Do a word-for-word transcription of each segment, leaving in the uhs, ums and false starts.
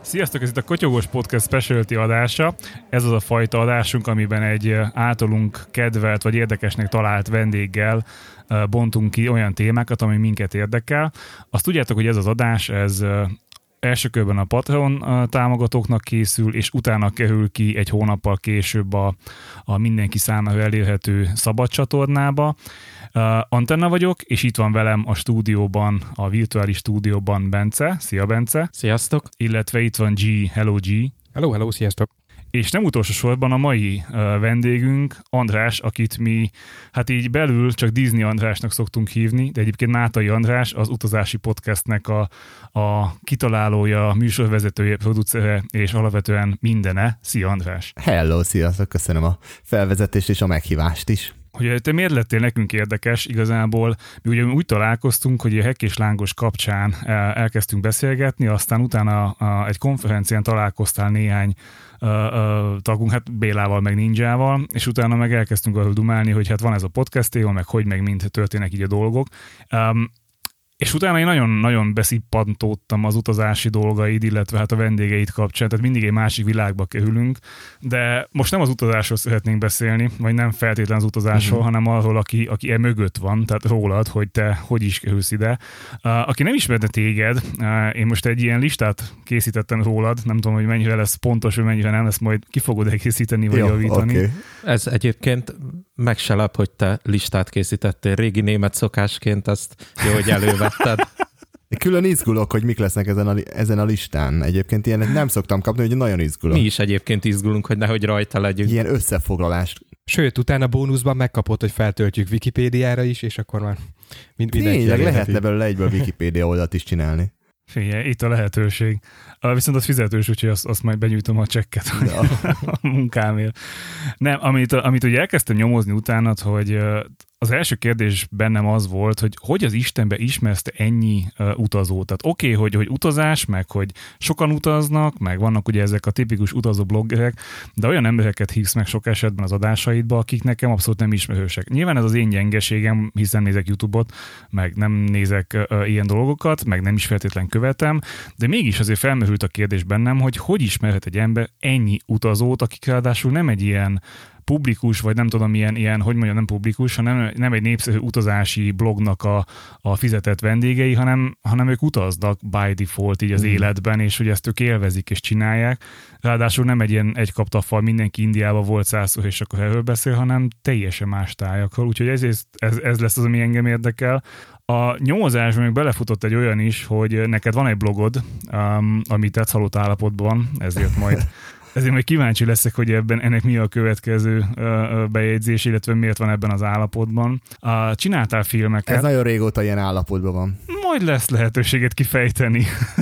Sziasztok, ez itt a Kotyogós Podcast specialty adása. Ez az a fajta adásunk, amiben egy általunk kedvelt vagy érdekesnek talált vendéggel bontunk ki olyan témákat, ami minket érdekel. Azt tudjátok, hogy ez az adás, ez első körben a Patreon támogatóknak készül, és utána kerül ki egy hónappal később a, a mindenki számára elérhető szabad csatornába. Uh, Antenna vagyok, és itt van velem a stúdióban, a virtuális stúdióban Bence. Szia, Bence! Sziasztok! Illetve itt van G. Hello, G! Hello, hello, sziasztok! És nem utolsó sorban a mai uh, vendégünk, András, akit mi hát így belül csak Disney Andrásnak szoktunk hívni, de egyébként Nátai András, az Utazási Podcastnek a, a kitalálója, műsorvezetője, producere és alapvetően mindene. Szia, András! Hello, sziasztok! Köszönöm a felvezetést és a meghívást is. Hogy te miért lettél nekünk érdekes, igazából mi ugye úgy találkoztunk, hogy a Hekk és Lángos kapcsán elkezdtünk beszélgetni, aztán utána egy konferencián találkoztál néhány uh, uh, tagunk, hát Bélával meg Ninjával, és utána meg elkezdtünk arról dumálni, hogy hát van ez a podcastéval, meg hogy meg mind történnek így a dolgok. Um, És utána én nagyon-nagyon beszippantódtam az utazási dolgaid, illetve hát a vendégeid kapcsán, tehát mindig egy másik világba kerülünk, de most nem az utazásról szeretnénk beszélni, vagy nem feltétlenül az utazásról, uh-huh. hanem arról, aki, aki e mögött van, tehát rólad, hogy te hogy is kerülsz ide. Uh, aki nem ismerte téged, uh, én most egy ilyen listát készítettem rólad, nem tudom, hogy mennyire lesz pontos, vagy mennyire nem lesz, majd ki fogod elkészíteni, vagy Jó, javítani. Okay. Ez egyébként meg se lep, hogy te listát készítettél. Régi német szokásként azt jó, hogy elővetted. Külön izgulok, hogy mik lesznek ezen a, ezen a listán. Egyébként ilyenet nem szoktam kapni, hogy nagyon izgulok. Mi is egyébként izgulunk, hogy nehogy rajta legyünk. Ilyen összefoglalást. Sőt, utána bónuszban megkapod, hogy feltöltjük Wikipédiára is, és akkor már mind, mindenki Tényleg elérheti. lehetne belőle egyből Wikipédia oldalt is csinálni. Figyelj, itt a lehetőség. Uh, viszont az fizetős, úgyhogy azt, azt majd benyújtom a csekket ja. a munkámért. Nem, amit, amit ugye elkezdtem nyomozni utánat, hogy uh, az első kérdés bennem az volt, hogy hogy az Istenbe ismersz te ennyi uh, utazót. Tehát oké, okay, hogy, hogy utazás, meg hogy sokan utaznak, meg vannak ugye ezek a tipikus utazó bloggerek, de olyan embereket hívsz meg sok esetben az adásaidba, akik nekem abszolút nem ismerősek. Nyilván ez az én gyengeségem, hiszen nézek YouTube-ot, meg nem nézek uh, ilyen dolgokat, meg nem is feltétlen követem, de mégis azért felmerült a kérdés bennem, hogy hogy ismerhet egy ember ennyi utazót, akik ráadásul nem egy ilyen publikus, vagy nem tudom, ilyen, ilyen hogy mondjam, nem publikus, hanem nem egy népszerű utazási blognak a, a fizetett vendégei, hanem, hanem ők utaznak by default így az mm. életben, és hogy ezt ők élvezik és csinálják. Ráadásul nem egy ilyen egy kaptaffal mindenki Indiában volt százszor, és akkor erről beszél, hanem teljesen más tájakról. Úgyhogy ez, ez, ez lesz az, ami engem érdekel. A nyomozásban még belefutott egy olyan is, hogy neked van egy blogod, um, ami tetsz halott állapotban, ezért majd Ezért majd kíváncsi leszek, hogy ebben ennek mi a következő uh, bejegyzés, illetve miért van ebben az állapotban. Uh, csináltál filmeket. Ez nagyon régóta ilyen állapotban van. Majd lesz lehetőséget kifejteni.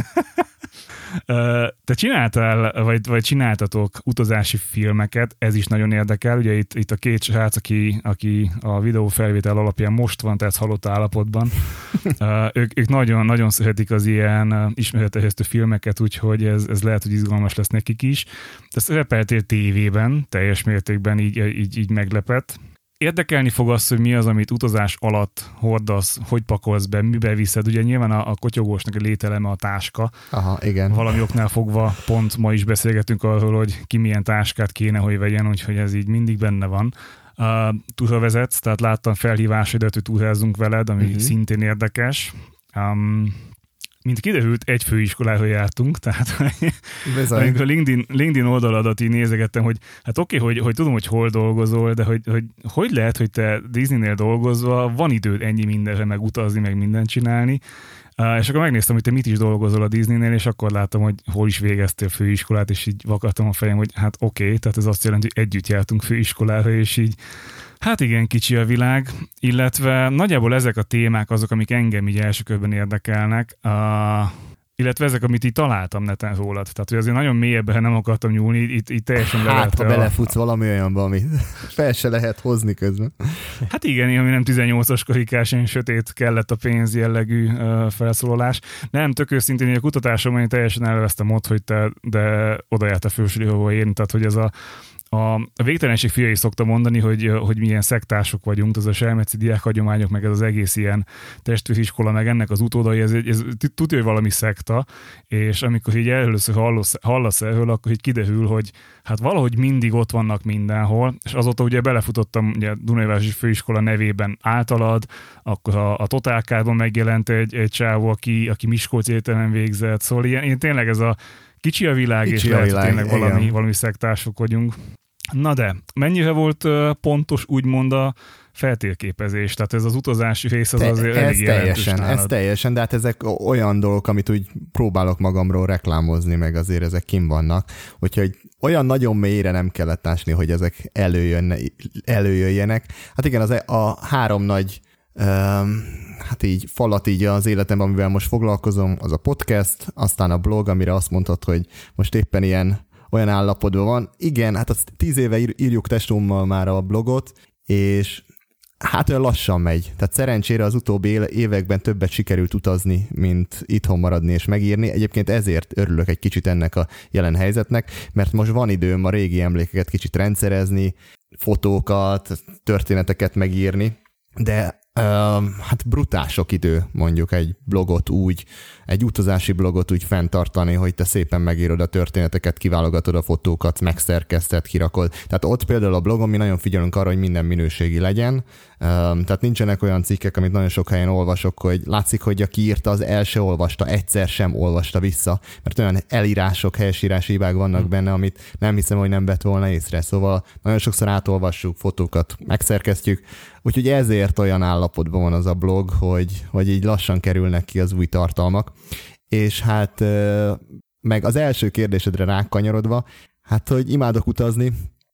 Te csináltál, vagy, vagy csináltatok utazási filmeket, ez is nagyon érdekel. Ugye itt, itt a két srác, aki, aki a videófelvétel alapján most van, tehát halott állapotban. ők, ők nagyon, nagyon szeretik az ilyen ismeretterjesztő filmeket, úgyhogy ez, ez lehet, hogy izgalmas lesz nekik is. Te szerepeltél tévében, teljes mértékben így, így, így meglepett. Érdekelni fog az, hogy mi az, amit utazás alatt hordasz, hogy pakolsz be, mibe viszed. Ugye nyilván a, a kotyogósnak a lételeme a táska. Aha, igen. Valami oknál fogva pont ma is beszélgetünk arról, hogy ki milyen táskát kéne, hogy vegyen, úgyhogy ez így mindig benne van. Uh, túra vezetsz, tehát láttam felhívásodat, hogy túrázzunk veled, ami uh-huh. szintén érdekes. Um, Mint kiderült, egy főiskolára jártunk, tehát amikor a LinkedIn, LinkedIn oldaladat így nézegettem, hogy hát oké, okay, hogy, hogy tudom, hogy hol dolgozol, de hogy, hogy hogy lehet, hogy te Disneynél dolgozva van időd ennyi mindenre, meg utazni, meg mindent csinálni. Uh, és akkor megnéztem, hogy te mit is dolgozol a Disneynél, és akkor láttam, hogy hol is végeztél főiskolát, és így vakartam a fejem, hogy hát oké, okay, tehát ez azt jelenti, hogy együtt jártunk főiskolára, és így hát igen, kicsi a világ, illetve nagyjából ezek a témák azok, amik engem így első körben érdekelnek, uh, illetve ezek, amit így találtam neten rólad. Tehát, hogy azért nagyon mélyebben nem akartam nyúlni, itt, itt teljesen hát, levelte ha belefutsz a... valami olyanba, ami fel se lehet hozni közben. Hát igen, ami nem tizennyolcas karikás, én sötét kellett a pénz jellegű uh, felszólalás. Nem, tök őszintén, a kutatásomban én teljesen elvesztem ott, hogy te, de oda járt a fősüli, ahol én, tehát, hogy ez a A végtelenség fia is szokta mondani, hogy, hogy milyen szektások vagyunk, az a selmeci diák hagyományok, meg ez az egész ilyen testvériskola, meg ennek az utódai, ez, ez tudja, hogy valami szekta, szekta, és amikor így először hallasz, hallasz erről, akkor így kiderül, hogy hát valahogy mindig ott vannak mindenhol, és azóta ugye belefutottam ugye Dunaújvárosi Főiskola nevében általad, akkor a, a Totálkádban megjelent egy, egy csávó, aki, aki Miskolci Egyetemen végzett, szóval ilyen, ilyen tényleg ez a kicsi a világ, kicsi és a lehet, világ, tényleg valami, valami szektások vagyunk. Na de, mennyire volt pontos úgymond a feltérképezés? Tehát ez az utazási rész az Te, azért elég jelentős nálad. Ez teljesen, de hát ezek olyan dolgok, amit úgy próbálok magamról reklámozni, meg azért ezek kim vannak. Úgyhogy olyan nagyon mélyre nem kellett ásni, hogy ezek előjönne, előjöjjenek. Hát igen, az a három nagy Um, hát így falat így az életemben, amivel most foglalkozom, az a podcast, aztán a blog, amire azt mondtad, hogy most éppen ilyen olyan állapotban van. Igen, hát az tíz éve ír, írjuk testómmal már a blogot, és hát olyan lassan megy. Tehát szerencsére az utóbbi években többet sikerült utazni, mint itthon maradni és megírni. Egyébként ezért örülök egy kicsit ennek a jelen helyzetnek, mert most van időm a régi emlékeket kicsit rendszerezni, fotókat, történeteket megírni, de Uh, hát brutál sok idő mondjuk egy blogot úgy, egy utazási blogot úgy fenntartani, hogy te szépen megírod a történeteket, kiválogatod a fotókat, megszerkeszted, kirakod. Tehát ott például a blogon mi nagyon figyelünk arra, hogy minden minőségi legyen. Uh, tehát nincsenek olyan cikkek, amit nagyon sok helyen olvasok, hogy látszik, hogy aki írta, az el se olvasta, egyszer sem olvasta vissza, mert olyan elírások, helyesírási hibák vannak hmm. benne, amit nem hiszem, hogy nem vett volna észre. Szóval nagyon sokszor átolvassuk, fotókat megszerkesztjük, úgyhogy ezért olyan állapotban van az a blog, hogy, hogy így lassan kerülnek ki az új tartalmak. És hát meg az első kérdésedre rákanyarodva, hát hogy imádok utazni,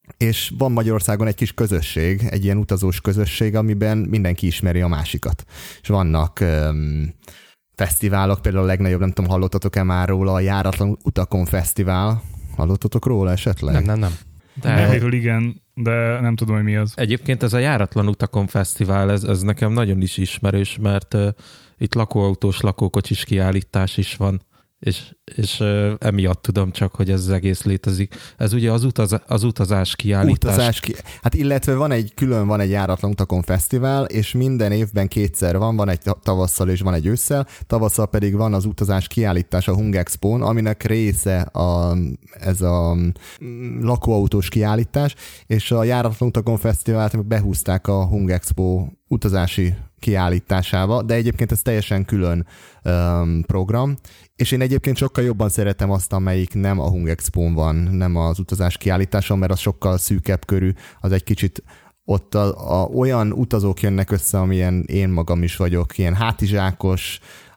és van Magyarországon egy kis közösség, egy ilyen utazós közösség, amiben mindenki ismeri a másikat. És vannak um, fesztiválok, például a legnagyobb, nem tudom, hallottatok-e már róla, a Járatlan Utakon Fesztivál. Hallottatok róla esetleg? Nem, nem, nem. De... Nevéről igen, de nem tudom, hogy mi az. Egyébként ez a Járatlan Utakon Fesztivál, ez, ez nekem nagyon is ismerős, mert uh, itt lakóautós, lakókocsis kiállítás is van, és, és uh, emiatt tudom csak, hogy ez az egész létezik. Ez ugye az, utaz, az utazás kiállítás. Utazás ki... Hát illetve van egy, külön van egy Járatlan Utakon Fesztivál, és minden évben kétszer van, van egy tavasszal és van egy ősszel, tavasszal pedig van az utazás kiállítás a Hungexpón, aminek része a, ez a lakóautós kiállítás, és a Járatlan Utakon Fesztivált behúzták a Hungexpo utazási kiállításába, de egyébként ez teljesen külön um, program, és én egyébként sokkal jobban szeretem azt, amelyik nem a Hungexpón van, nem az utazás kiállításon, mert az sokkal szűkebb körű, az egy kicsit ott a, a, olyan utazók jönnek össze, amilyen én magam is vagyok, ilyen hátizsákos,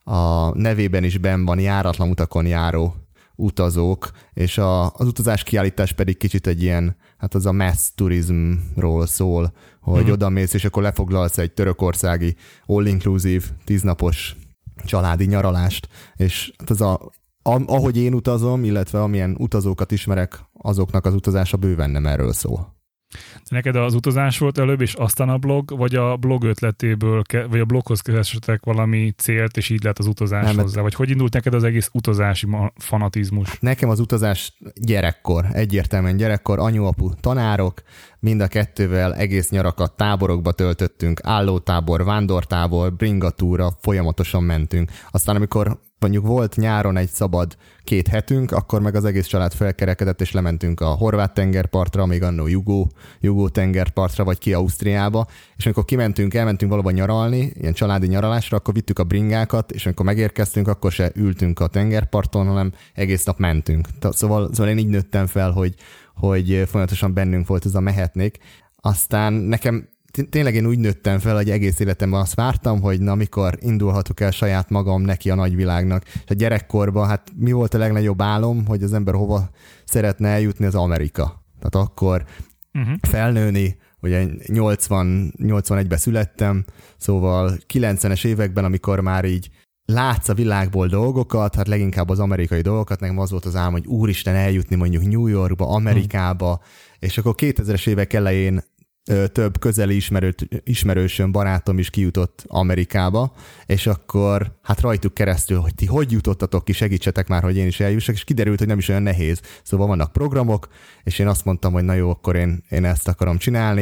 a nevében is benn van járatlan utakon járó utazók, és a, az utazás kiállítás pedig kicsit egy ilyen, hát az a mass turizmról szól, hogy mm-hmm. odamész, és akkor lefoglalsz egy törökországi all-inclusive, tíznapos családi nyaralást, és hát az a, ahogy én utazom, illetve amilyen utazókat ismerek, azoknak az utazása bőven nem erről szól. Neked az utazás volt előbb, és aztán a blog, vagy a blog ötletéből, vagy a bloghoz keressetek valami célt, és így lett az utazás nem, hozzá? Vagy hogy indult neked az egész utazási fanatizmus? Nekem az utazás gyerekkor, egyértelműen gyerekkor, anyu-apu tanárok, mind a kettővel egész nyarakat táborokba töltöttünk, állótábor, vándortábor, bringatúra, folyamatosan mentünk. Aztán amikor mondjuk volt nyáron egy szabad két hetünk, akkor meg az egész család felkerekedett, és lementünk a horvát tengerpartra, még annó Jugó, Jugó tengerpartra, vagy ki Ausztriába, és amikor kimentünk, elmentünk valahol nyaralni, ilyen családi nyaralásra, akkor vittük a bringákat, és amikor megérkeztünk, akkor se ültünk a tengerparton, hanem egész nap mentünk. Szóval, szóval én így nőttem fel, hogy, hogy folyamatosan bennünk volt ez a mehetnék. Aztán nekem tényleg én úgy nőttem fel, hogy egész életemben azt vártam, hogy na, mikor indulhatok el saját magam neki a nagyvilágnak. És a gyerekkorban, hát mi volt a legnagyobb álom, hogy az ember hova szeretne eljutni, az Amerika. Tehát akkor uh-huh. felnőni, ugye nyolcvan, nyolcvanegyben születtem, szóval kilencvenes években, amikor már így látsz a világból dolgokat, hát leginkább az amerikai dolgokat, nekem az volt az álom, hogy úristen eljutni mondjuk New Yorkba, Amerikába, uh-huh. és akkor kétezres évek elején több közeli ismerő, ismerősöm, barátom is kijutott Amerikába, és akkor hát rajtuk keresztül, hogy ti hogy jutottatok ki, segítsetek már, hogy én is eljussak, és kiderült, hogy nem is olyan nehéz. Szóval vannak programok, és én azt mondtam, hogy na jó, akkor én, én ezt akarom csinálni,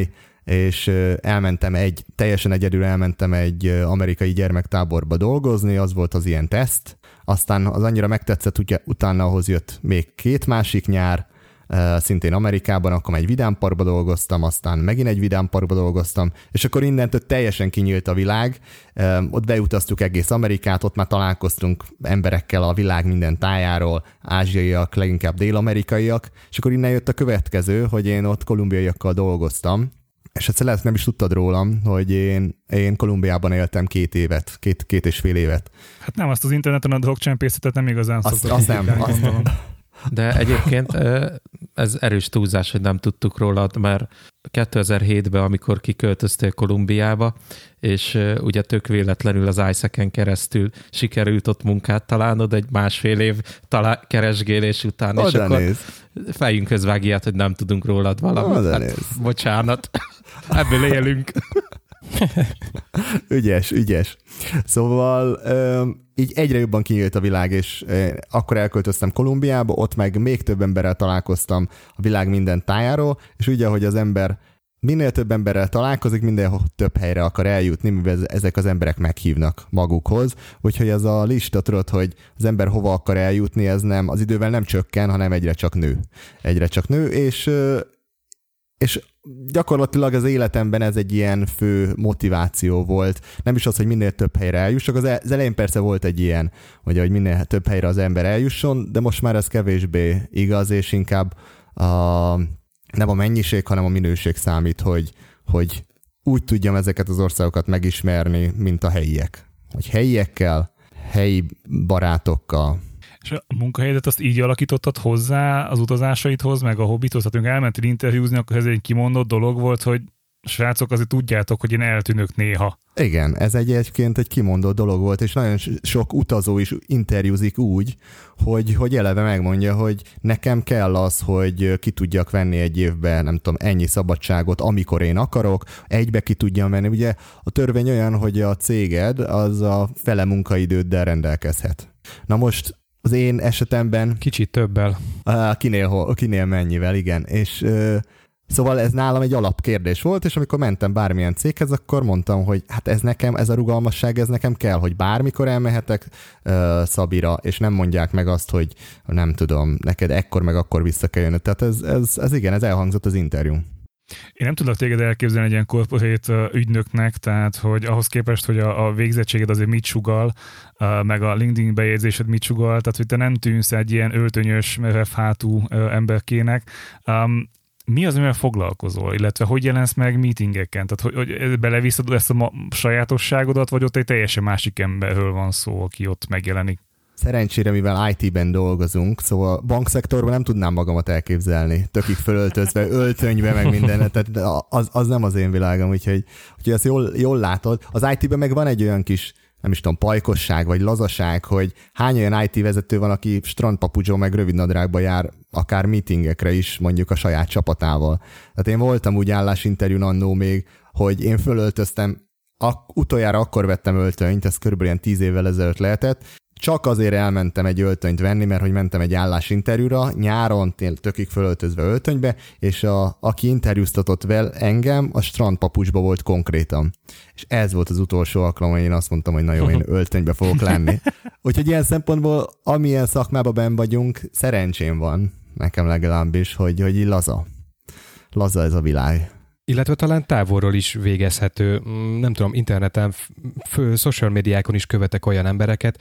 és elmentem egy, teljesen egyedül elmentem egy amerikai gyermektáborba dolgozni, az volt az ilyen teszt, aztán az annyira megtetszett, ugye utána ahhoz jött még két másik nyár, szintén Amerikában, akkor egy vidámparkba dolgoztam, aztán megint egy vidámparkba dolgoztam, és akkor innentől teljesen kinyílt a világ, ott beutaztuk egész Amerikát, ott már találkoztunk emberekkel a világ minden tájáról, ázsiaiak, leginkább dél-amerikaiak, és akkor innen jött a következő, hogy én ott kolumbiaiakkal dolgoztam, és egyszer lehet nem is tudtad rólam, hogy én, én Kolumbiában éltem két évet, két, két és fél évet. Hát nem, azt az interneten a drogcsempészetet nem igazán azt, szoktak. Azt nem, azt nem. De egyébként ez erős túlzás, hogy nem tudtuk rólad, mert kétezer-hétben, amikor kiköltöztél Kolumbiába, és ugye tök véletlenül az i szeken keresztül sikerült ott munkát találnod egy másfél év talál- keresgélés után, Oda és akkor néz. fejünk közvág ilyet, hogy nem tudunk rólad valamit. Hát, bocsánat, ebből élünk. Ügyes, ügyes. Szóval így egyre jobban kinyílt a világ, és akkor elköltöztem Kolumbiába, ott meg még több emberrel találkoztam a világ minden tájáról, és ugye, hogy az ember minél több emberrel találkozik, minél több helyre akar eljutni, mivel ezek az emberek meghívnak magukhoz. Úgyhogy ez a lista, tudod, hogy az ember hova akar eljutni, ez nem, az idővel nem csökken, hanem egyre csak nő. Egyre csak nő, és és gyakorlatilag az életemben ez egy ilyen fő motiváció volt. Nem is az, hogy minél több helyre eljussak. Az elején persze volt egy ilyen, hogy, hogy minél több helyre az ember eljusson, de most már ez kevésbé igaz, és inkább a, nem a mennyiség, hanem a minőség számít, hogy, hogy úgy tudjam ezeket az országokat megismerni, mint a helyiek. Hogy helyiekkel, helyi barátokkal. És a munkahelyedet azt így alakítottad hozzá az utazásaidhoz, meg a hobbithoz, tehát elmentél interjúzni, akkor ez egy kimondott dolog volt, hogy srácok, azért tudjátok, hogy én eltűnök néha. Igen, ez egy egyébként egy kimondott dolog volt, és nagyon sok utazó is interjúzik úgy, hogy, hogy eleve megmondja, hogy nekem kell az, hogy ki tudjak venni egy évben, nem tudom, ennyi szabadságot, amikor én akarok, egybe ki tudjam menni. Ugye a törvény olyan, hogy a céged az a fele munkaidőddel rendelkezhet. Na most az én esetemben... Kicsit többel. Uh, kinél, kinél mennyivel, igen. És uh, szóval ez nálam egy alapkérdés volt, és amikor mentem bármilyen céghez, akkor mondtam, hogy hát ez nekem, ez a rugalmasság, ez nekem kell, hogy bármikor elmehetek uh, Szabira, és nem mondják meg azt, hogy nem tudom, neked ekkor meg akkor vissza kell jönnöd. Tehát ez, ez, ez igen, ez elhangzott az interjún. Én nem tudok téged elképzelni egy ilyen corporate ügynöknek, tehát hogy ahhoz képest, hogy a, a végzettséged azért mit sugal, meg a LinkedIn bejegyzésed mit sugal, tehát hogy te nem tűnsz egy ilyen öltönyös, hátú emberkének. Um, mi az, amivel foglalkozol, illetve hogy jelensz meg meetingeken? Tehát hogy, hogy beleviszed ezt a ma- sajátosságodat, vagy ott egy teljesen másik emberről van szó, aki ott megjelenik? Szerencsére, mivel í té-ben dolgozunk, szóval bankszektorban nem tudnám magamat elképzelni, tökig fölöltözve, öltönybe, meg minden, tehát az, az nem az én világom, úgyhogy, úgyhogy ezt jól, jól látod. Az í té-ben meg van egy olyan kis, nem is tudom, pajkosság, vagy lazaság, hogy hány olyan í té vezető van, aki strandpapucsban meg rövidnadrágba jár, akár meetingekre is, mondjuk a saját csapatával. Tehát én voltam úgy állásinterjún annó még, hogy én fölöltöztem, ak- utoljára akkor vettem öltönyt, ez körülbelül ilyen tíz évvel ezelőtt lehetett, csak azért elmentem egy öltönyt venni, mert hogy mentem egy állásinterjúra, nyáron tökig fölöltözve öltönybe, és a, aki interjúztatott vel engem, a strandpapucsba volt konkrétan. És ez volt az utolsó alkalom, hogy én azt mondtam, hogy na jó, én öltönybe fogok lenni. Úgyhogy ilyen szempontból, amilyen szakmában benn vagyunk, szerencsém van, nekem legalábbis, hogy, hogy így laza. Laza ez a világ. Illetve talán távolról is végezhető. Nem tudom, interneten, fő social médiákon is követek olyan embereket,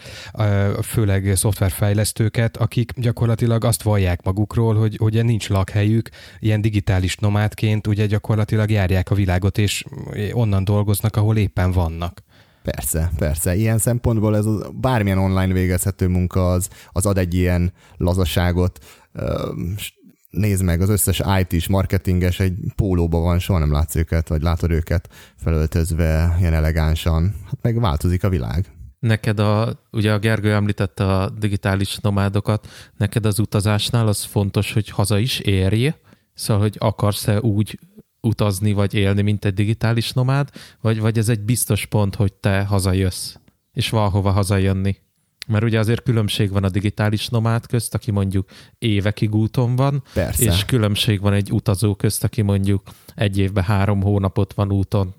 főleg szoftverfejlesztőket, akik gyakorlatilag azt vallják magukról, hogy ugye nincs lakhelyük, ilyen digitális nomádként ugye gyakorlatilag járják a világot, és onnan dolgoznak, ahol éppen vannak. Persze, persze. Ilyen szempontból ez az, bármilyen online végezhető munka az, az ad egy ilyen lazaságot. Nézd meg, az összes í té-s, marketinges egy pólóban van, soha nem látsz őket, vagy látod őket felöltözve ilyen elegánsan. Hát meg változik a világ. Neked a, ugye a Gergő említette a digitális nomádokat, neked az utazásnál az fontos, hogy haza is érj, szóval, hogy akarsz-e úgy utazni, vagy élni, mint egy digitális nomád, vagy, vagy ez egy biztos pont, hogy te hazajössz, és valahova hazajönni. Mert ugye azért különbség van a digitális nomád közt, aki mondjuk évekig úton van, Persze. és különbség van egy utazó közt, aki mondjuk egy évben három hónapot van úton.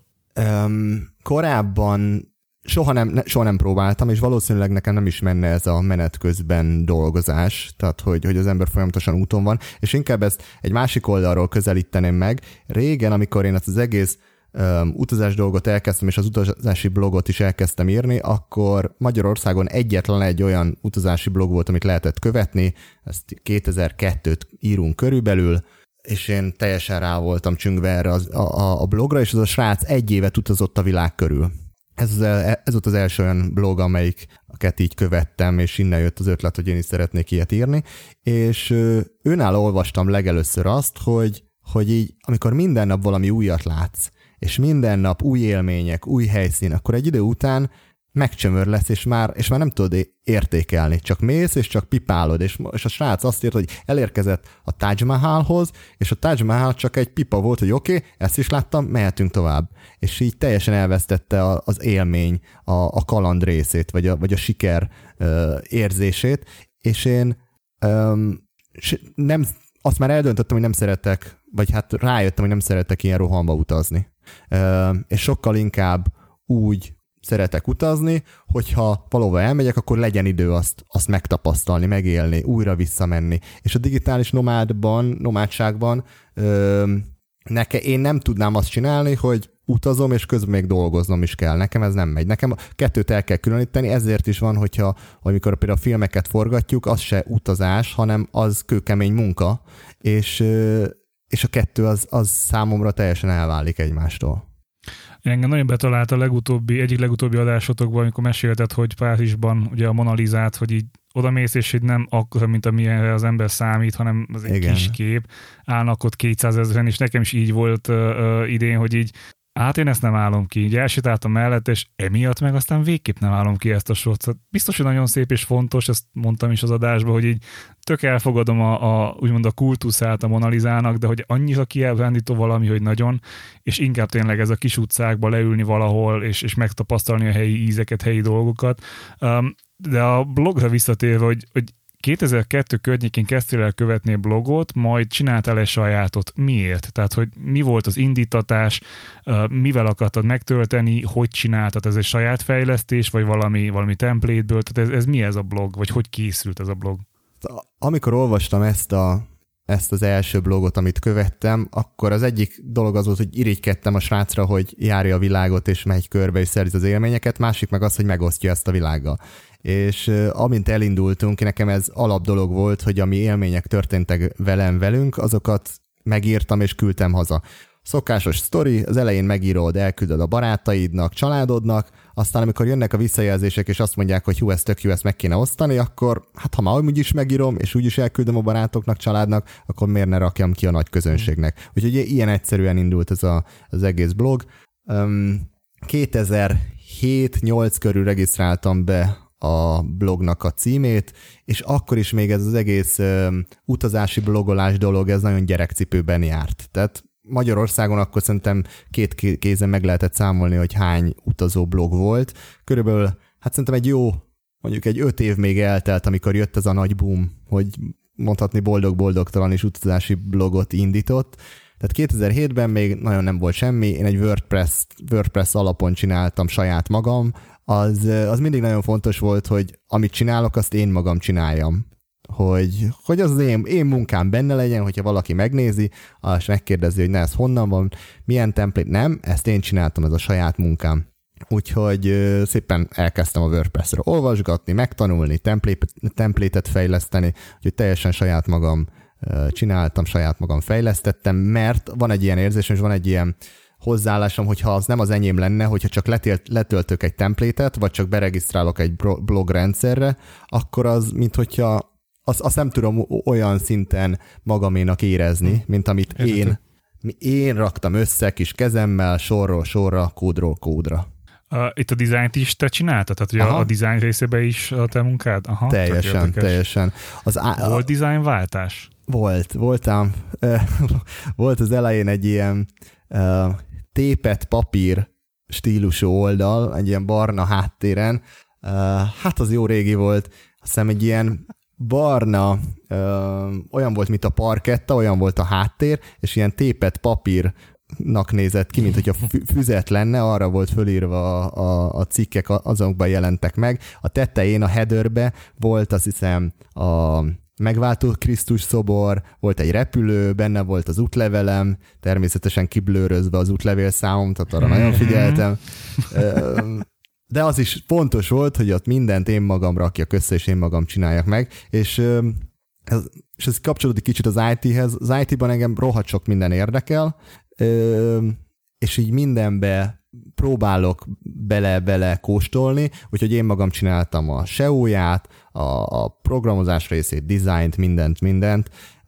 Um, korábban soha nem, ne, soha nem próbáltam, és valószínűleg nekem nem is menne ez a menet közben dolgozás, tehát hogy, hogy az ember folyamatosan úton van, és inkább ezt egy másik oldalról közelíteném meg. Régen, amikor én ezt az egész um, utazás dolgot elkezdtem, és az utazási blogot is elkezdtem írni, akkor Magyarországon egyetlen egy olyan utazási blog volt, amit lehetett követni, ezt kétezer-kettőt írunk körülbelül, és én teljesen rá voltam csüngve erre az, a, a blogra, és az a srác egy évet utazott a világ körül. Ez, az, ez volt az első olyan blog, amelyiket így követtem, és innen jött az ötlet, hogy én is szeretnék ilyet írni, és őnála olvastam legelőször azt, hogy, hogy így, amikor minden nap valami újat látsz, és minden nap új élmények, új helyszín, akkor egy idő után megcsömör lesz, és már, és már nem tudod értékelni. Csak mész, és csak pipálod. És, és a srác azt írt, hogy elérkezett a Taj Mahalhoz, és a Taj Mahal csak egy pipa volt, hogy oké, okay, ezt is láttam, mehetünk tovább. És így teljesen elvesztette a, az élmény, a, a kaland részét, vagy a, vagy a siker uh, érzését, és én um, nem, azt már eldöntöttem, hogy nem szeretek, vagy hát rájöttem, hogy nem szeretek ilyen rohamba utazni. Uh, és sokkal inkább úgy szeretek utazni, hogyha valahova elmegyek, akkor legyen idő azt, azt megtapasztalni, megélni, újra visszamenni. És a digitális nomádban, nomádságban ö, neke, én nem tudnám azt csinálni, hogy utazom, és közben még dolgoznom is kell. Nekem ez nem megy. Nekem kettőt el kell különíteni, ezért is van, hogyha amikor például a filmeket forgatjuk, az se utazás, hanem az kőkemény munka, és, ö, és a kettő az, az számomra teljesen elválik egymástól. Engem nagyon betalált a legutóbbi, egyik legutóbbi adásotokban, amikor mesélted, hogy Párizsban ugye a Mona Lisát, hogy így odamész, és így nem akkor, mint amilyenre az ember számít, hanem az egy Igen. kis kép, állnak ott kétszázezren, és nekem is így volt uh, uh, idén, hogy így hát én ezt nem állom ki, így elsétáltam mellett, és emiatt meg aztán végképp nem állom ki ezt a sort. Szóval biztos, hogy nagyon szép és fontos, ezt mondtam is az adásban, hogy így tök elfogadom a, a úgymond a kultuszát a Mona Lisának, de hogy annyira kiábrándító valami, hogy nagyon, és inkább tényleg ez a kis utcákba leülni valahol, és, és megtapasztalni a helyi ízeket, helyi dolgokat. Um, de a blogra visszatérve, hogy, hogy kétezer-kettő környékén kezdtél el követni a blogot, majd csináltál egy sajátot. Miért? Tehát, hogy mi volt az indítatás, mivel akartad megtölteni, hogy csináltad, ez egy saját fejlesztés, vagy valami, valami templétből, tehát ez, ez mi ez a blog, vagy hogy készült ez a blog? Amikor olvastam ezt, a, ezt az első blogot, amit követtem, akkor az egyik dolog az volt, hogy irigykedtem a srácra, hogy járja a világot, és megy körbe, és szerzi az élményeket, másik meg az, hogy megosztja ezt a világgal. És uh, amint elindultunk, nekem ez alap dolog volt, hogy ami élmények történtek velem, velünk, azokat megírtam és küldtem haza. Szokásos sztori, az elején megírod, elküldöd a barátaidnak, családodnak, aztán amikor jönnek a visszajelzések, és azt mondják, hogy hú, ez tök jó, ezt meg kéne osztani, akkor hát ha már úgy is megírom, és úgy is elküldöm a barátoknak, családnak, akkor miért ne rakjam ki a nagy közönségnek. Úgyhogy ilyen egyszerűen indult ez a, az egész blog. Um, kétezer-hét-nyolc körül regisztráltam be a blognak a címét, és akkor is még ez az egész um, utazási blogolás dolog, ez nagyon gyerekcipőben járt. Tehát Magyarországon akkor szerintem két kézen meg lehetett számolni, hogy hány utazó blog volt. Körülbelül, hát szerintem egy jó, mondjuk egy öt év még eltelt, amikor jött ez a nagy boom, hogy mondhatni boldog-boldogtalan és utazási blogot indított. Tehát kétezer-hétben még nagyon nem volt semmi, én egy WordPress, WordPress alapon csináltam saját magam, az, az mindig nagyon fontos volt, hogy amit csinálok, azt én magam csináljam. Hogy, hogy az, az én, én munkám benne legyen, hogyha valaki megnézi, és megkérdezi, hogy ne, ez honnan van, milyen template, nem, ezt én csináltam, ez a saját munkám. Úgyhogy szépen elkezdtem a WordPress-ről olvasgatni, megtanulni, template-et fejleszteni, úgyhogy teljesen saját magam csináltam, saját magam fejlesztettem, mert van egy ilyen érzésem, és van egy ilyen hozzáállásom, hogyha az nem az enyém lenne, hogyha csak letélt, letöltök egy template-et, vagy csak beregisztrálok egy blog rendszerre, akkor az, mint hogyha azt, azt nem tudom olyan szinten magaménak érezni, mint amit én, én raktam össze kis kezemmel, sorról sorra, kódról kódra. Uh, itt a dizájnt is te csináltad? Tehát ugye a design részében is a te munkád? Aha, teljesen, teljesen. Az á- volt designváltás? Volt, voltam. Volt az elején egy ilyen uh, tépet papír stílusú oldal, egy ilyen barna háttéren, hát az jó régi volt, azt hiszem egy ilyen barna, ö, olyan volt, mint a parketta, olyan volt a háttér, és ilyen tépett papírnak nézett ki, mint hogyha füzet lenne, arra volt fölírva a, a, a cikkek, azokban jelentek meg. A tetején, a headerbe volt, azt hiszem, a megváltó Krisztus szobor, volt egy repülő, benne volt az útlevelem, természetesen kiblőrözve az útlevélszámom, tehát arra nagyon figyeltem. De az is fontos volt, hogy ott mindent én magam rakjak össze, és én magam csináljak meg, és ez, és ez kapcsolódik kicsit az í té-hez. Az í té-ban engem rohadt sok minden érdekel, és így mindenbe próbálok bele-bele kóstolni, úgyhogy én magam csináltam a es e o-ját, a, a programozás részét, dizájnt, mindent, mindent.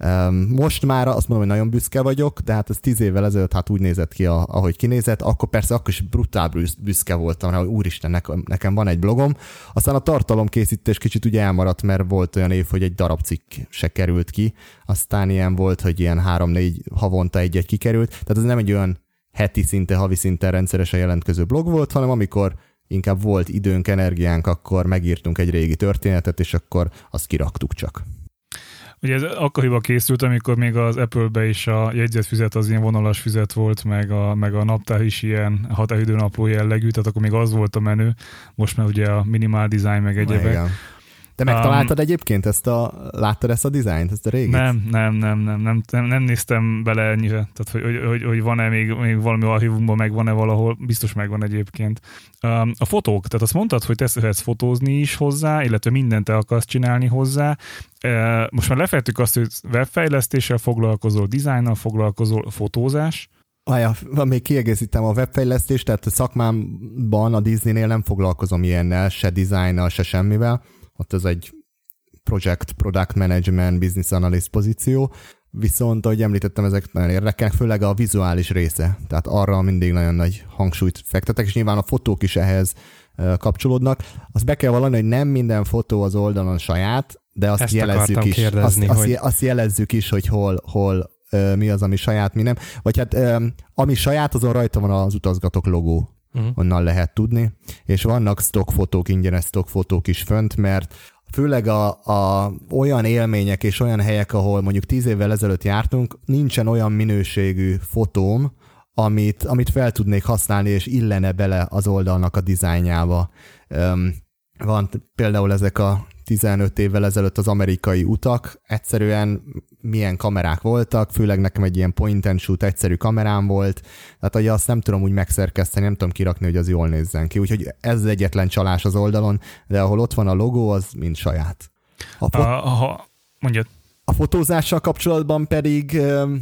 Most már azt mondom, hogy nagyon büszke vagyok, de hát ez tíz évvel ezelőtt hát úgy nézett ki, ahogy kinézett, akkor persze akkor is brutál büszke voltam, hogy úristen, nekem, nekem van egy blogom. Aztán a tartalomkészítés kicsit ugye elmaradt, mert volt olyan év, hogy egy darab cikk se került ki, aztán ilyen volt, hogy ilyen három-négy havonta egy-egy kikerült, tehát ez nem egy olyan heti szinte, havi szinten rendszeresen jelentkező blog volt, hanem amikor inkább volt időnk, energiánk, akkor megírtunk egy régi történetet, és akkor azt kiraktuk csak. Ugye ez akkoriban készült, amikor még az Apple-be is a jegyzetfüzet az ilyen vonalas füzet volt, meg a, meg a naptár is ilyen határidőnapló jellegű, tehát akkor még az volt a menő, most már ugye a minimál design meg egyebek. Te megtaláltad um, egyébként ezt a, láttad ezt a dizájnt, ezt a régit? Nem, nem, nem, nem, nem, nem, nem néztem bele ennyire, tehát hogy, hogy, hogy, hogy van-e még, még valami archívumban, meg van-e valahol, biztos megvan egyébként. Um, a fotók, tehát azt mondtad, hogy te szeretsz fotózni is hozzá, illetve mindent te akarsz csinálni hozzá. Uh, most már lefejtük azt, hogy webfejlesztéssel foglalkozol, dizájnnal foglalkozol, fotózás. Aja, még kiegészítem a webfejlesztést, tehát a szakmámban a Disneynél nem foglalkozom ilyennel, se dizájnnal, se semmivel. Ott ez egy project, product management, business analyst pozíció, viszont ahogy említettem, ezek nagyon érdekelnek, főleg a vizuális része, tehát arra mindig nagyon nagy hangsúlyt fektetek, és nyilván a fotók is ehhez kapcsolódnak. Azt be kell vallani, hogy nem minden fotó az oldalon saját, de azt Ezt jelezzük is. Kérdezni, azt, hogy... azt, azt jelezzük is, hogy hol, hol mi az, ami saját, mi nem. Vagy hát ami saját, azon rajta van az utazgatók logó. Uh-huh. Onnan lehet tudni, és vannak stockfotók, ingyenes stockfotók is fönt, mert főleg a, a olyan élmények és olyan helyek, ahol mondjuk tíz évvel ezelőtt jártunk, nincsen olyan minőségű fotóm, amit, amit fel tudnék használni, és illene bele az oldalnak a dizájnjába. Um, van például ezek a tizenöt évvel ezelőtt az amerikai utak, egyszerűen milyen kamerák voltak, főleg nekem egy ilyen point and shoot egyszerű kamerám volt, tehát hogy azt nem tudom úgy megszerkeszteni, nem tudom kirakni, hogy az jól nézzen ki, úgyhogy ez az egyetlen csalás az oldalon, de ahol ott van a logó, az mind saját. A, fo- a, ha, mondjad. A fotózással kapcsolatban pedig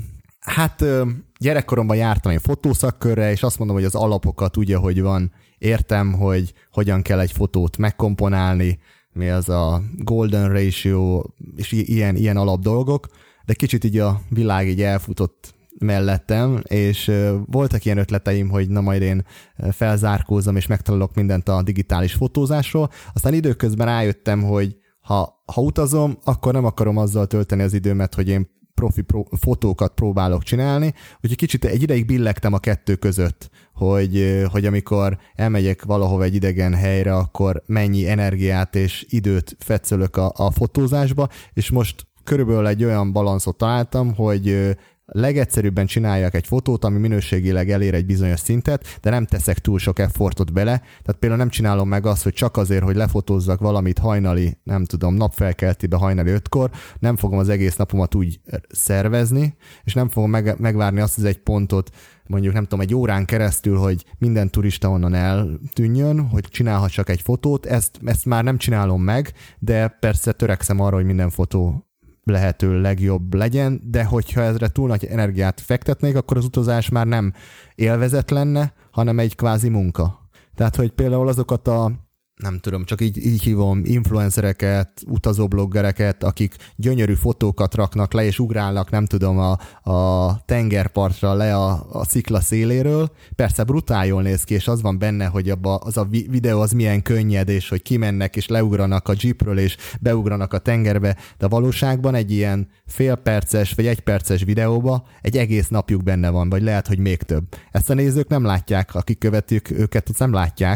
hát gyerekkoromban jártam egy fotószakkörre, és azt mondom, hogy az alapokat ugye, hogy van, értem, hogy hogyan kell egy fotót megkomponálni, mi az a golden ratio, és ilyen, ilyen alap dolgok, de kicsit így a világ így elfutott mellettem, és voltak ilyen ötleteim, hogy na majd én felzárkózom, és megtalálok mindent a digitális fotózásról. Aztán időközben rájöttem, hogy ha, ha utazom, akkor nem akarom azzal tölteni az időmet, hogy én profi pro, fotókat próbálok csinálni, úgyhogy kicsit egy ideig billegtem a kettő között, hogy, hogy amikor elmegyek valahova egy idegen helyre, akkor mennyi energiát és időt fetszölök a, a fotózásba, és most körülbelül egy olyan balanszot találtam, hogy legegyszerűbben csináljak egy fotót, ami minőségileg elér egy bizonyos szintet, de nem teszek túl sok effortot bele. Tehát például nem csinálom meg azt, hogy csak azért, hogy lefotózzak valamit hajnali, nem tudom, napfelkeltibe hajnali ötkor, nem fogom az egész napomat úgy szervezni, és nem fogom meg, megvárni azt az egy pontot, mondjuk nem tudom, egy órán keresztül, hogy minden turista onnan eltűnjön, hogy csinálhassak egy fotót. Ezt, ezt már nem csinálom meg, de persze törekszem arra, hogy minden fotó lehető legjobb legyen, de hogyha ezre túl nagy energiát fektetnék, akkor az utazás már nem élvezet lenne, hanem egy kvázi munka. Tehát, hogy például azokat a, nem tudom, csak így, így hívom, influencereket, utazóbloggereket, akik gyönyörű fotókat raknak le, és ugrálnak, nem tudom, a, a tengerpartra le a, a szikla széléről. Persze brutál jól néz ki, és az van benne, hogy abba, az a videó az milyen könnyed, és hogy kimennek, és leugranak a jeepről, és beugranak a tengerbe, de a valóságban egy ilyen félperces, vagy egyperces videóba egy egész napjuk benne van, vagy lehet, hogy még több. Ezt a nézők nem látják, akik követik őket, azt nem látják,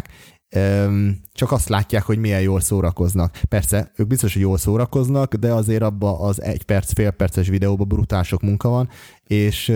csak azt látják, hogy milyen jól szórakoznak. Persze, ők biztos, hogy jól szórakoznak, de azért abban az egy perc, fél perces videóban brutál sok munka van, és,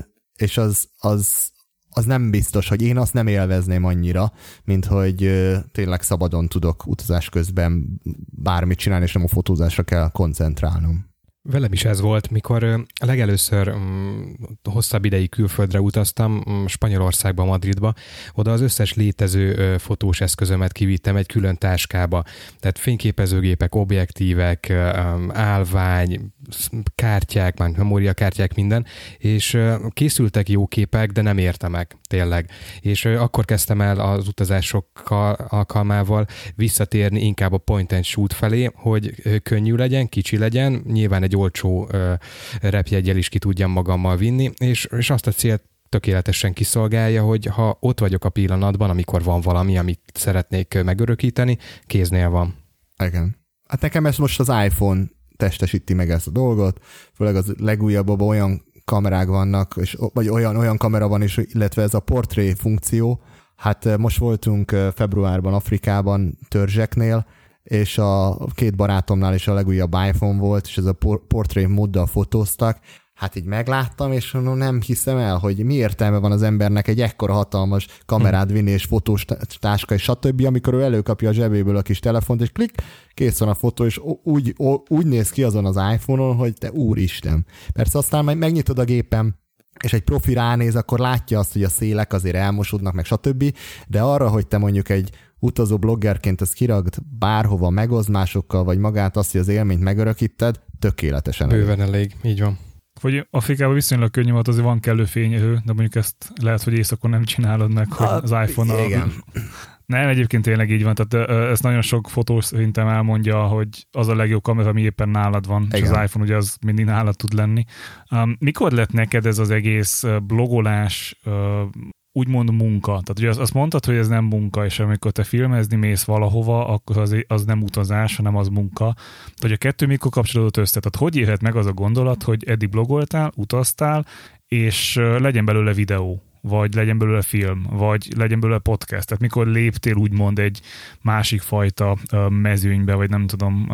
és az, az, az nem biztos, hogy én azt nem élvezném annyira, mint hogy tényleg szabadon tudok utazás közben bármit csinálni, és nem a fotózásra kell koncentrálnom. Velem is ez volt, mikor legelőször um, hosszabb ideig külföldre utaztam, um, Spanyolországba, Madridba, oda az összes létező uh, fotós eszközömet kivittem egy külön táskába. Tehát fényképezőgépek, objektívek, um, állvány, kártyák, már memóriakártyák, minden, és uh, készültek jó képek, de nem értemek, tényleg. És uh, akkor kezdtem el az utazásokkal alkalmával visszatérni inkább a point and shoot felé, hogy uh, könnyű legyen, kicsi legyen, nyilván egy olcsó uh, repjeggyel is ki tudjam magammal vinni, és, és azt a célt tökéletesen kiszolgálja, hogy ha ott vagyok a pillanatban, amikor van valami, amit szeretnék megörökíteni, kéznél van. Igen. Hát nekem ez most az iPhone testesíti meg ezt a dolgot, főleg az legújabbabban olyan kamerák vannak, és, vagy olyan, olyan kamera van is, illetve ez a portré funkció. Hát most voltunk februárban Afrikában törzseknél, és a két barátomnál is a legújabb iPhone volt, és ez a portré móddal fotóztak. Hát így megláttam, és mondom, nem hiszem el, hogy mi értelme van az embernek egy ekkora hatalmas kamerát vinni, és fotós táska, és stb., amikor ő előkapja a zsebéből a kis telefont, és klik, kész van a fotó, és úgy, úgy néz ki azon az iPhone-on, hogy te úristen. Persze aztán majd megnyitod a gépem, és egy profi ránéz, akkor látja azt, hogy a szélek azért elmosódnak, meg stb., de arra, hogy te mondjuk egy utazó bloggerként ezt kiragd bárhova, megozd másokkal, vagy magát azt, hogy az élményt megörökíted, tökéletesen. Bőven elég. elég, így van. Hogy Afrikában viszonylag könnyű volt, azért van kellő fényerő, de mondjuk ezt lehet, hogy éjszakon nem csinálod meg, hogy az iPhone-nal. Igen. Nem, egyébként tényleg így van, tehát ezt nagyon sok fotós szerintem elmondja, hogy az a legjobb kamera, ami éppen nálad van, igen. És az iPhone ugye az mindig nálad tud lenni. Um, mikor lett neked ez az egész blogolás uh, úgymond munka? Tehát ugye azt mondtad, hogy ez nem munka, és amikor te filmezni mész valahova, akkor az, az nem utazás, hanem az munka. Tehát hogy a kettő mikor kapcsolódott össze? Tehát hogy érhet meg az a gondolat, hogy eddig blogoltál, utaztál, és legyen belőle videó, vagy legyen belőle film, vagy legyen belőle podcast. Tehát mikor léptél úgymond egy másik fajta mezőnybe, vagy nem tudom,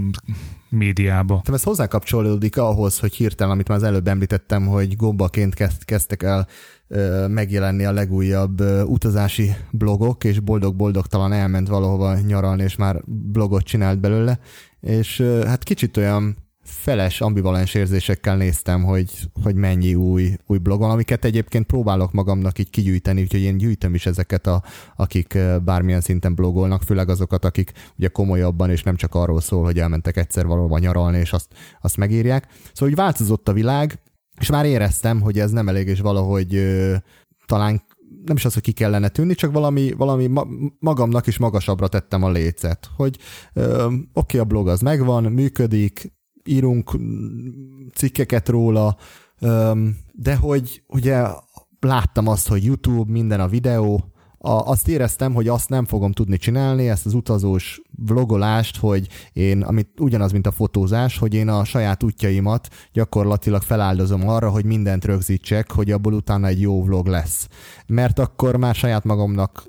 médiába. Ez hozzá kapcsolódik ahhoz, hogy hirtelen, amit már az előbb említettem, hogy gombaként kezd, kezdtek el megjelenni a legújabb utazási blogok, és boldog-boldogtalan elment valahova nyaralni, és már blogot csinált belőle, és hát kicsit olyan feles, ambivalens érzésekkel néztem, hogy, hogy mennyi új, új blog van, amiket egyébként próbálok magamnak így kigyűjteni, úgyhogy én gyűjtöm is ezeket, a, akik bármilyen szinten blogolnak, főleg azokat, akik ugye komolyabban, és nem csak arról szól, hogy elmentek egyszer valahova nyaralni, és azt, azt megírják. Szóval úgy változott a világ, és már éreztem, hogy ez nem elég, és valahogy ö, talán nem is az, hogy ki kellene tűnni, csak valami, valami ma, magamnak is magasabbra tettem a lécet, hogy ö, oké, a blog az megvan, működik, írunk cikkeket róla, ö, de hogy ugye láttam azt, hogy YouTube, minden a videó, A, azt éreztem, hogy azt nem fogom tudni csinálni, ezt az utazós vlogolást, hogy én, amit ugyanaz, mint a fotózás, hogy én a saját útjaimat gyakorlatilag feláldozom arra, hogy mindent rögzítsek, hogy abból utána egy jó vlog lesz. Mert akkor már saját magamnak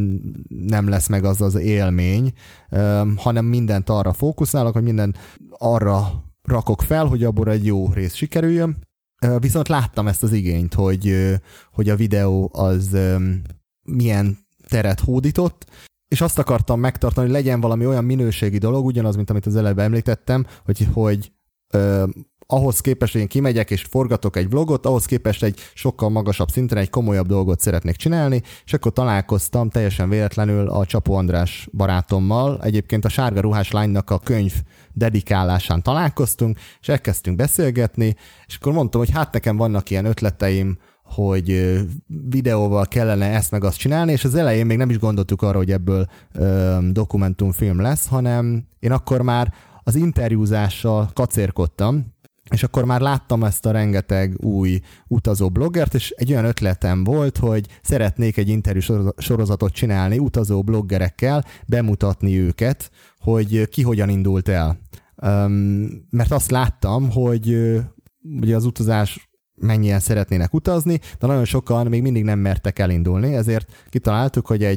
nem lesz meg az az élmény, hanem mindent arra fókuszálok, hogy mindent arra rakok fel, hogy abból egy jó rész sikerüljön. Viszont láttam ezt az igényt, hogy, hogy a videó az milyen teret hódított, és azt akartam megtartani, hogy legyen valami olyan minőségi dolog, ugyanaz, mint amit az előbb említettem, hogy, hogy ö, ahhoz képest, hogy én kimegyek és forgatok egy vlogot, ahhoz képest egy sokkal magasabb szinten egy komolyabb dolgot szeretnék csinálni, és akkor találkoztam teljesen véletlenül a Csapó András barátommal, egyébként a Sárga ruhás lánynak a könyv dedikálásán találkoztunk, és elkezdtünk beszélgetni, és akkor mondtam, hogy hát nekem vannak ilyen ötleteim, hogy videóval kellene ezt meg azt csinálni, és az elején még nem is gondoltuk arra, hogy ebből ö, dokumentumfilm lesz, hanem én akkor már az interjúzással kacérkodtam, és akkor már láttam ezt a rengeteg új utazó bloggert, és egy olyan ötletem volt, hogy szeretnék egy interjú sorozatot csinálni utazó bloggerekkel, bemutatni őket, hogy ki hogyan indult el. Um, mert azt láttam, hogy ugye az utazás mennyien szeretnének utazni, de nagyon sokan még mindig nem mertek elindulni, ezért kitaláltuk, hogy egy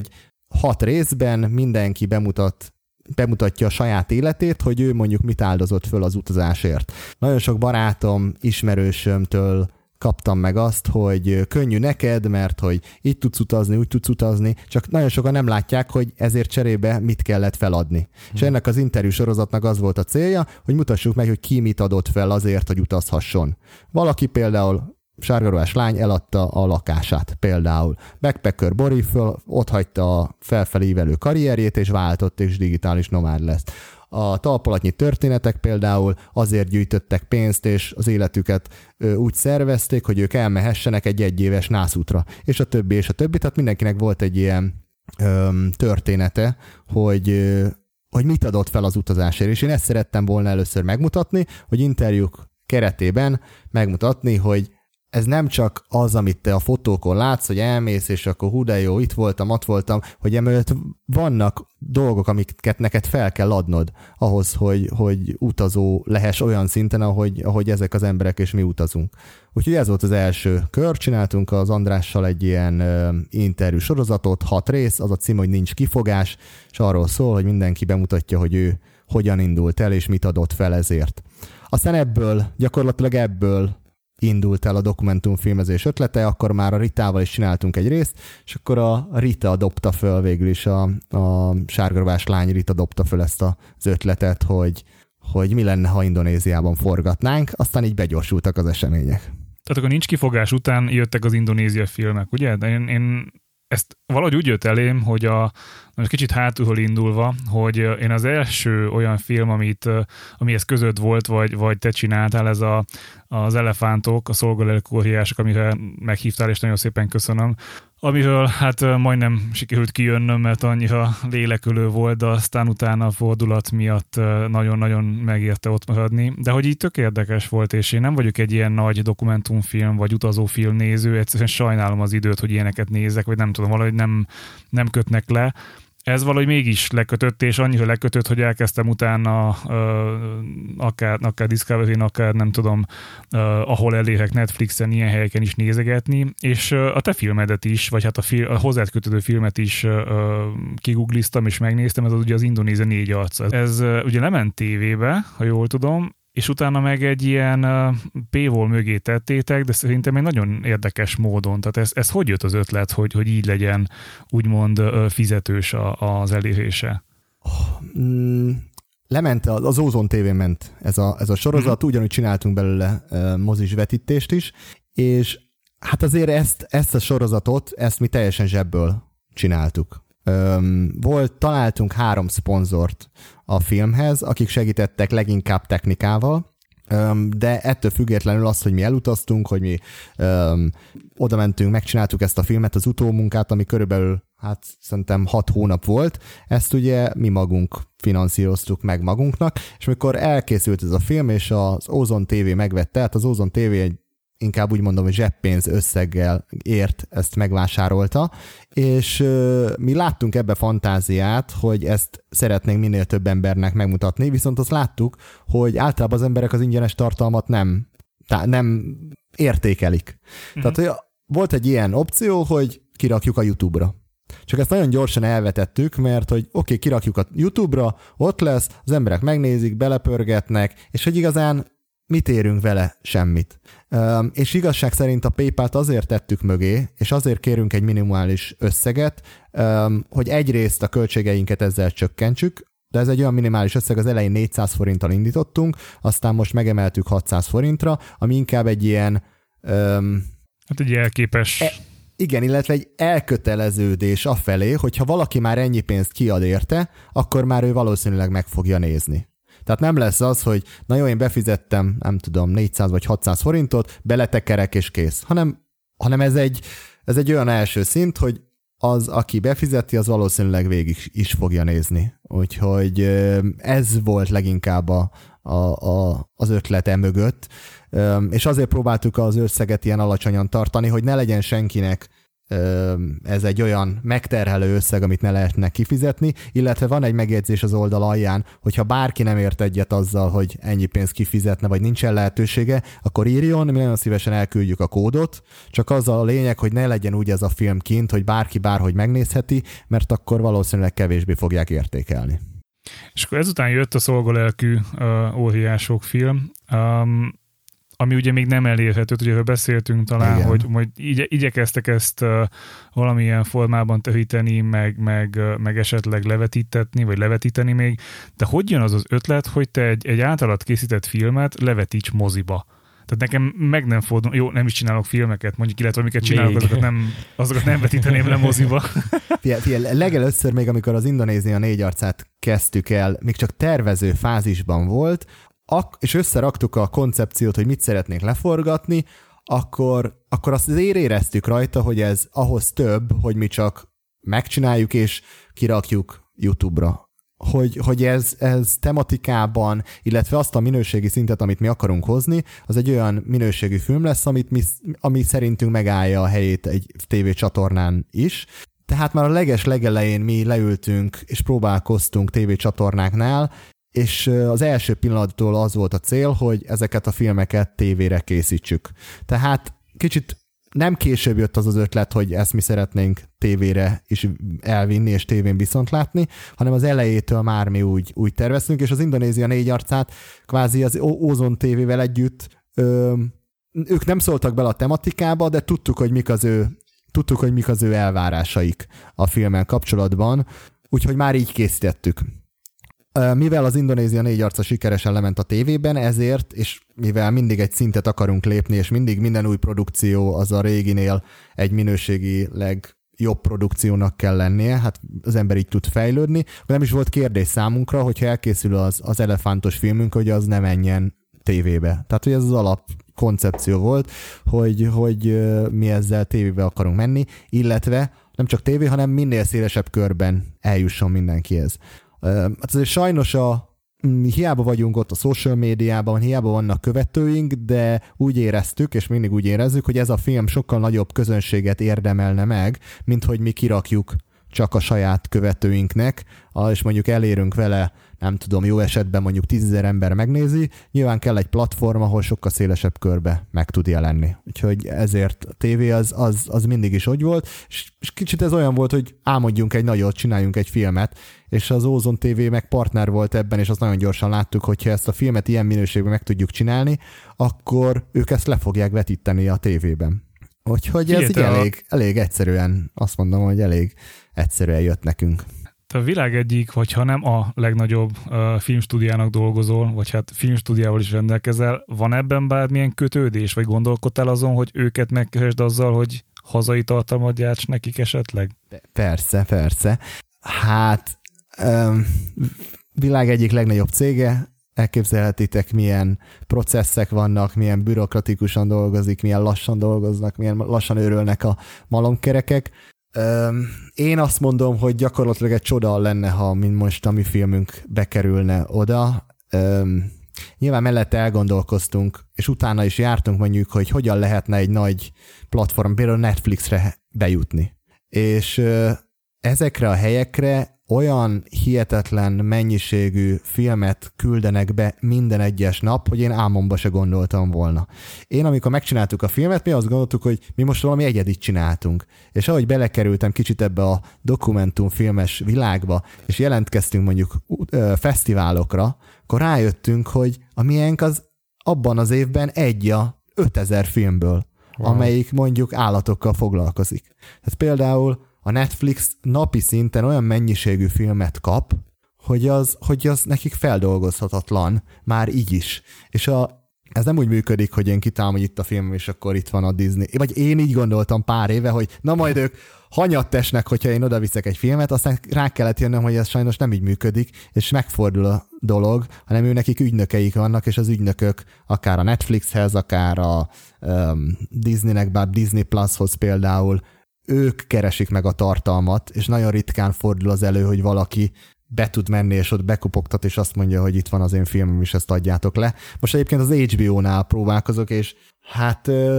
hat részben mindenki bemutat bemutatja a saját életét, hogy ő mondjuk mit áldozott föl az utazásért. Nagyon sok barátom, ismerősömtől kaptam meg azt, hogy könnyű neked, mert hogy így tudsz utazni, úgy tudsz utazni, csak nagyon sokan nem látják, hogy ezért cserébe mit kellett feladni. Hmm. És ennek az interjú sorozatnak az volt a célja, hogy mutassuk meg, hogy ki mit adott fel azért, hogy utazhasson. Valaki például sárgaruhás lány eladta a lakását például. Backpacker Bori föl, ott hagyta a felfelé karrierjét, és váltott, és digitális nomád lesz. A talpalatnyi történetek például azért gyűjtöttek pénzt, és az életüket ö, úgy szervezték, hogy ők elmehessenek egy egyéves nászútra, és a többi, és a többi. Tehát mindenkinek volt egy ilyen ö, története, hogy, ö, hogy mit adott fel az utazásért. És én ezt szerettem volna először megmutatni, hogy interjúk keretében megmutatni, hogy ez nem csak az, amit te a fotókon látsz, hogy elmész, és akkor hú de jó, itt voltam, ott voltam, hogy emellett vannak dolgok, amiket neked fel kell adnod ahhoz, hogy, hogy utazó lehess olyan szinten, ahogy, ahogy ezek az emberek és mi utazunk. Úgyhogy ez volt az első kör, csináltunk az Andrással egy ilyen uh, interjú sorozatot, hat rész, az a cím, hogy Nincs kifogás, és arról szól, hogy mindenki bemutatja, hogy ő hogyan indult el, és mit adott fel ezért. Aztán ebből, gyakorlatilag ebből indult el a dokumentumfilmezés ötlete, akkor már a Ritával is csináltunk egy részt, és akkor a Rita dobta föl végül is, a, a sárgaruhás lány Rita dobta föl ezt az ötletet, hogy, hogy mi lenne, ha Indonéziában forgatnánk, aztán így begyorsultak az események. Tehát akkor Nincs kifogás után jöttek az Indonézia filmek, ugye? De én, én ezt valahogy úgy jött elém, hogy a most kicsit hátulról indulva, hogy én az első olyan film, amit, amihez között volt, vagy, vagy te csináltál, ez a, az Elefántok, a szolgalelkóriások, amire meghívtál, és nagyon szépen köszönöm. Amiről hát majdnem sikerült kijönnöm, mert annyira lélekölő volt, de aztán utána a fordulat miatt nagyon-nagyon megérte ott maradni. De hogy így tök érdekes volt, és én nem vagyok egy ilyen nagy dokumentumfilm vagy utazófilm néző, egyszerűen sajnálom az időt, hogy ilyeneket nézek, vagy nem tudom, valahogy nem, nem kötnek le. Ez valahogy mégis lekötött, és annyira lekötött, hogy elkezdtem utána uh, akár, akár Discovery-n, akár nem tudom, uh, ahol elérek Netflixen, ilyen helyeken is nézegetni, és uh, a te filmedet is, vagy hát a, fil- a hozzád kötődő filmet is uh, kigugliztam, és megnéztem, ez az ugye az Indonézia négy arca. Ez uh, ugye lement tévébe, ha jól tudom, és utána meg egy ilyen uh, paywall mögé tettétek, de szerintem egy nagyon érdekes módon. Tehát ez, ez hogy jött az ötlet, hogy, hogy így legyen úgymond uh, fizetős a, az elérése? Oh, mm, lement, az Ozon tévén ment ez a, ez a sorozat, mm. ugyanúgy csináltunk belőle uh, mozis vetítést is, és hát azért ezt, ezt a sorozatot, ezt mi teljesen zsebből csináltuk. Um, volt, találtunk három szponzort a filmhez, akik segítettek leginkább technikával, um, de ettől függetlenül az, hogy mi elutaztunk, hogy mi um, oda mentünk, megcsináltuk ezt a filmet, az utómunkát, ami körülbelül hát szerintem hat hónap volt, ezt ugye mi magunk finanszíroztuk meg magunknak, és mikor elkészült ez a film, és az Ozon té vé megvette, hát az Ozon té vé egy inkább úgy mondom, hogy zseppénz összeggel ért, ezt megvásárolta, és uh, mi láttunk ebbe fantáziát, hogy ezt szeretnénk minél több embernek megmutatni, viszont azt láttuk, hogy általában az emberek az ingyenes tartalmat nem, tá- nem értékelik. Uh-huh. Tehát hogy volt egy ilyen opció, hogy kirakjuk a YouTube-ra. Csak ezt nagyon gyorsan elvetettük, mert hogy oké, okay, kirakjuk a YouTube-ra, ott lesz, az emberek megnézik, belepörgetnek, és hogy igazán mit érünk vele? Semmit. Um, és igazság szerint a PayPal-t azért tettük mögé, és azért kérünk egy minimális összeget, um, hogy egyrészt a költségeinket ezzel csökkentsük, de ez egy olyan minimális összeg, az elején négyszáz forinttal indítottunk, aztán most megemeltük hatszáz forintra, ami inkább egy ilyen... Um, hát egy elképes... E- igen, illetve egy elköteleződés afelé, hogyha valaki már ennyi pénzt kiad érte, akkor már ő valószínűleg meg fogja nézni. Tehát nem lesz az, hogy na jó, én befizettem, nem tudom, négyszáz vagy hatszáz forintot, beletekerek és kész. Hanem, hanem ez, egy, ez egy olyan első szint, hogy az, aki befizeti, az valószínűleg végig is fogja nézni. Úgyhogy ez volt leginkább a, a, a, az ötlete mögött. És azért próbáltuk az összeget ilyen alacsonyan tartani, hogy ne legyen senkinek ez egy olyan megterhelő összeg, amit ne lehetne kifizetni, illetve van egy megjegyzés az oldal alján, hogyha bárki nem ért egyet azzal, hogy ennyi pénzt kifizetne, vagy nincsen lehetősége, akkor írjon, mi nagyon szívesen elküldjük a kódot, csak azzal a lényeg, hogy ne legyen úgy ez a film kint, hogy bárki bárhogy megnézheti, mert akkor valószínűleg kevésbé fogják értékelni. És akkor ezután jött a Szolgalelkű uh, óriások film, um, ami ugye még nem elérhető, ugye beszéltünk talán, igen, hogy, hogy igye, igyekeztek ezt uh, valamilyen formában tehíteni, meg, meg, uh, meg esetleg levetítetni, vagy levetíteni még, de hogy jön az az ötlet, hogy te egy, egy általad készített filmet levetíts moziba? Tehát nekem meg nem fordul, jó, nem is csinálok filmeket, mondjuk illetve amiket csinálok, azokat nem, azokat nem vetíteném le moziba. Fie, fie, legelőször még, amikor az Indonézia négy arcát kezdtük el, még csak tervező fázisban volt, ak- és összeraktuk a koncepciót, hogy mit szeretnénk leforgatni, akkor, akkor azt azért éreztük rajta, hogy ez ahhoz több, hogy mi csak megcsináljuk és kirakjuk YouTube-ra. Hogy, hogy ez, ez tematikában, illetve azt a minőségi szintet, amit mi akarunk hozni, az egy olyan minőségű film lesz, amit mi, ami szerintünk megállja a helyét egy tévécsatornán is. Tehát már a leges legelején mi leültünk és próbálkoztunk tévécsatornáknál, és az első pillanattól az volt a cél, hogy ezeket a filmeket tévére készítsük. Tehát kicsit nem később jött az az ötlet, hogy ezt mi szeretnénk tévére is elvinni, és tévén viszont látni, hanem az elejétől már mi úgy, úgy terveztünk, és az Indonézia négy arcát kvázi az Ozon tévével együtt, ö, ők nem szóltak bele a tematikába, de tudtuk, hogy mik az ő, tudtuk, hogy mik az ő elvárásaik a filmmel kapcsolatban, úgyhogy már így készítettük. Mivel az Indonézia négy arca sikeresen lement a tévében, ezért, és mivel mindig egy szintet akarunk lépni, és mindig minden új produkció az a réginél egy minőségileg jobb produkciónak kell lennie, hát az ember így tud fejlődni, nem is volt kérdés számunkra, hogyha elkészül az, az elefántos filmünk, hogy az ne menjen tévébe. Tehát, hogy ez az alap koncepció volt, hogy, hogy mi ezzel tévébe akarunk menni, illetve nem csak tévé, hanem minél szélesebb körben eljusson mindenkihez. Hát azért sajnos a, hiába vagyunk ott a social médiában, hiába vannak követőink, de úgy éreztük, és mindig úgy érezzük, hogy ez a film sokkal nagyobb közönséget érdemelne meg, mint hogy mi kirakjuk csak a saját követőinknek, és mondjuk elérünk vele, nem tudom, jó esetben mondjuk tízezer ember megnézi, nyilván kell egy platform, ahol sokkal szélesebb körbe meg tud jelenni. Úgyhogy ezért a tévé az, az, az mindig is úgy volt, és, és kicsit ez olyan volt, hogy álmodjunk egy nagyot, csináljunk egy filmet, és az Ozon té vé meg partner volt ebben, és azt nagyon gyorsan láttuk, hogyha ezt a filmet ilyen minőségben meg tudjuk csinálni, akkor ők ezt le fogják vetíteni a tévében. Úgyhogy ez így elég, elég egyszerűen, azt mondom, hogy elég egyszerűen jött nekünk. Te a világ egyik, vagy ha nem a legnagyobb uh, filmstúdiának dolgozol, vagy hát filmstúdiával is rendelkezel, van ebben bármilyen kötődés, vagy gondolkodtál azon, hogy őket megkeresd azzal, hogy hazai tartalmat gyárts nekik esetleg? Persze, persze. Hát um, világ egyik legnagyobb cége, elképzelhetitek, milyen processzek vannak, milyen bürokratikusan dolgozik, milyen lassan dolgoznak, milyen lassan őrölnek a malomkerekek. Én azt mondom, hogy gyakorlatilag egy csoda lenne, ha mint most a mi filmünk bekerülne oda. Nyilván mellette elgondolkoztunk, és utána is jártunk mondjuk, hogy hogyan lehetne egy nagy platform, például Netflixre bejutni. És ezekre a helyekre olyan hihetetlen mennyiségű filmet küldenek be minden egyes nap, hogy én álmomba se gondoltam volna. Én, amikor megcsináltuk a filmet, mi azt gondoltuk, hogy mi most valami egyedit csináltunk. És ahogy belekerültem kicsit ebbe a dokumentumfilmes világba, és jelentkeztünk mondjuk fesztiválokra, akkor rájöttünk, hogy a miénk az abban az évben egy a ötezer filmből, wow, amelyik mondjuk állatokkal foglalkozik. Tehát például a Netflix napi szinten olyan mennyiségű filmet kap, hogy az, hogy az nekik feldolgozhatatlan, már így is. És a, ez nem úgy működik, hogy én kitálom, hogy itt a film, és akkor itt van a Disney. Vagy én így gondoltam pár éve, hogy na majd ők hanyat tesnek, hogyha én oda viszek egy filmet, aztán rá kellett jönnöm, hogy ez sajnos nem így működik, és megfordul a dolog, hanem ő nekik ügynökeik vannak, és az ügynökök akár a Netflixhez, akár a um, Disneynek, bár Disney Plushoz például, ők keresik meg a tartalmat, és nagyon ritkán fordul az elő, hogy valaki be tud menni, és ott bekupogtat, és azt mondja, hogy itt van az én filmem, és ezt adjátok le. Most egyébként az há bé ó-nál próbálkozok, és hát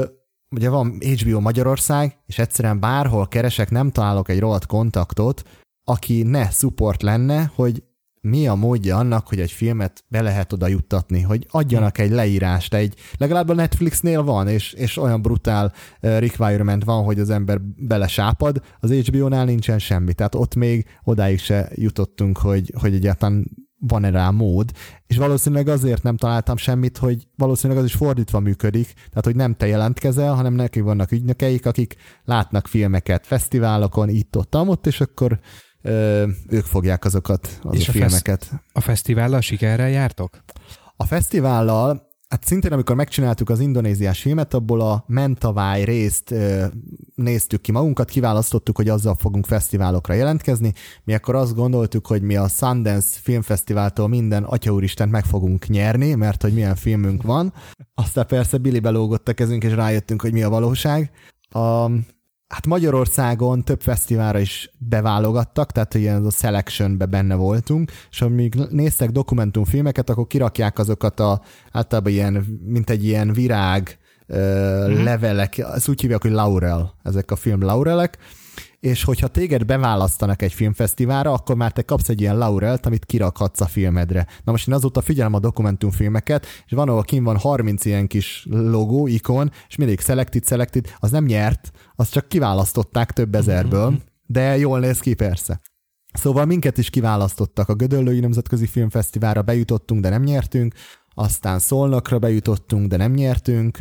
ugye van há bé o Magyarország, és egyszerűen bárhol keresek, nem találok egy rohadt kontaktot, aki ne support lenne, hogy mi a módja annak, hogy egy filmet be lehet oda juttatni, hogy adjanak egy leírást, egy, legalább a Netflixnél van, és, és olyan brutál requirement van, hogy az ember belesápad, az há bé o-nál nincsen semmi, tehát ott még odáig se jutottunk, hogy, hogy egyáltalán van-e rá mód, és valószínűleg azért nem találtam semmit, hogy valószínűleg az is fordítva működik, tehát hogy nem te jelentkezel, hanem neki vannak ügynökeik, akik látnak filmeket fesztiválokon, itt-ott, ott, és akkor ö, ők fogják azokat az és a filmeket. A, fesz- a fesztivállal sikerrel jártok? A fesztivállal, hát szintén amikor megcsináltuk az indonéziás filmet, abból a Mentawai részt ö, néztük ki magunkat, kiválasztottuk, hogy azzal fogunk fesztiválokra jelentkezni. Mi akkor azt gondoltuk, hogy mi a Sundance Filmfesztiváltól minden atyaúristent meg fogunk nyerni, mert hogy milyen filmünk van. Aztán persze Billy belógott a kezünk, és rájöttünk, hogy mi a valóság. A, hát Magyarországon több fesztiválra is beválogattak, tehát ilyen a Selection-be benne voltunk, és amíg néztek dokumentumfilmeket, akkor kirakják azokat a, általában ilyen, mint egy ilyen virág, mm-hmm. levelek, ezt úgy hívják, hogy laurel, ezek a film laurelek, és hogyha téged beválasztanak egy filmfesztiválra, akkor már te kapsz egy ilyen laurelt, amit kirakhatsz a filmedre. Na most én azóta figyelem a dokumentumfilmeket, és van, ahol kint van harminc ilyen kis logó, ikon, és mindig selected, selected, az nem nyert, azt csak kiválasztották több ezerből, mm-hmm. de jól néz ki persze. Szóval minket is kiválasztottak a Gödöllői Nemzetközi Filmfesztiválra, bejutottunk, de nem nyertünk, aztán Szolnokra bejutottunk, de nem nyertünk,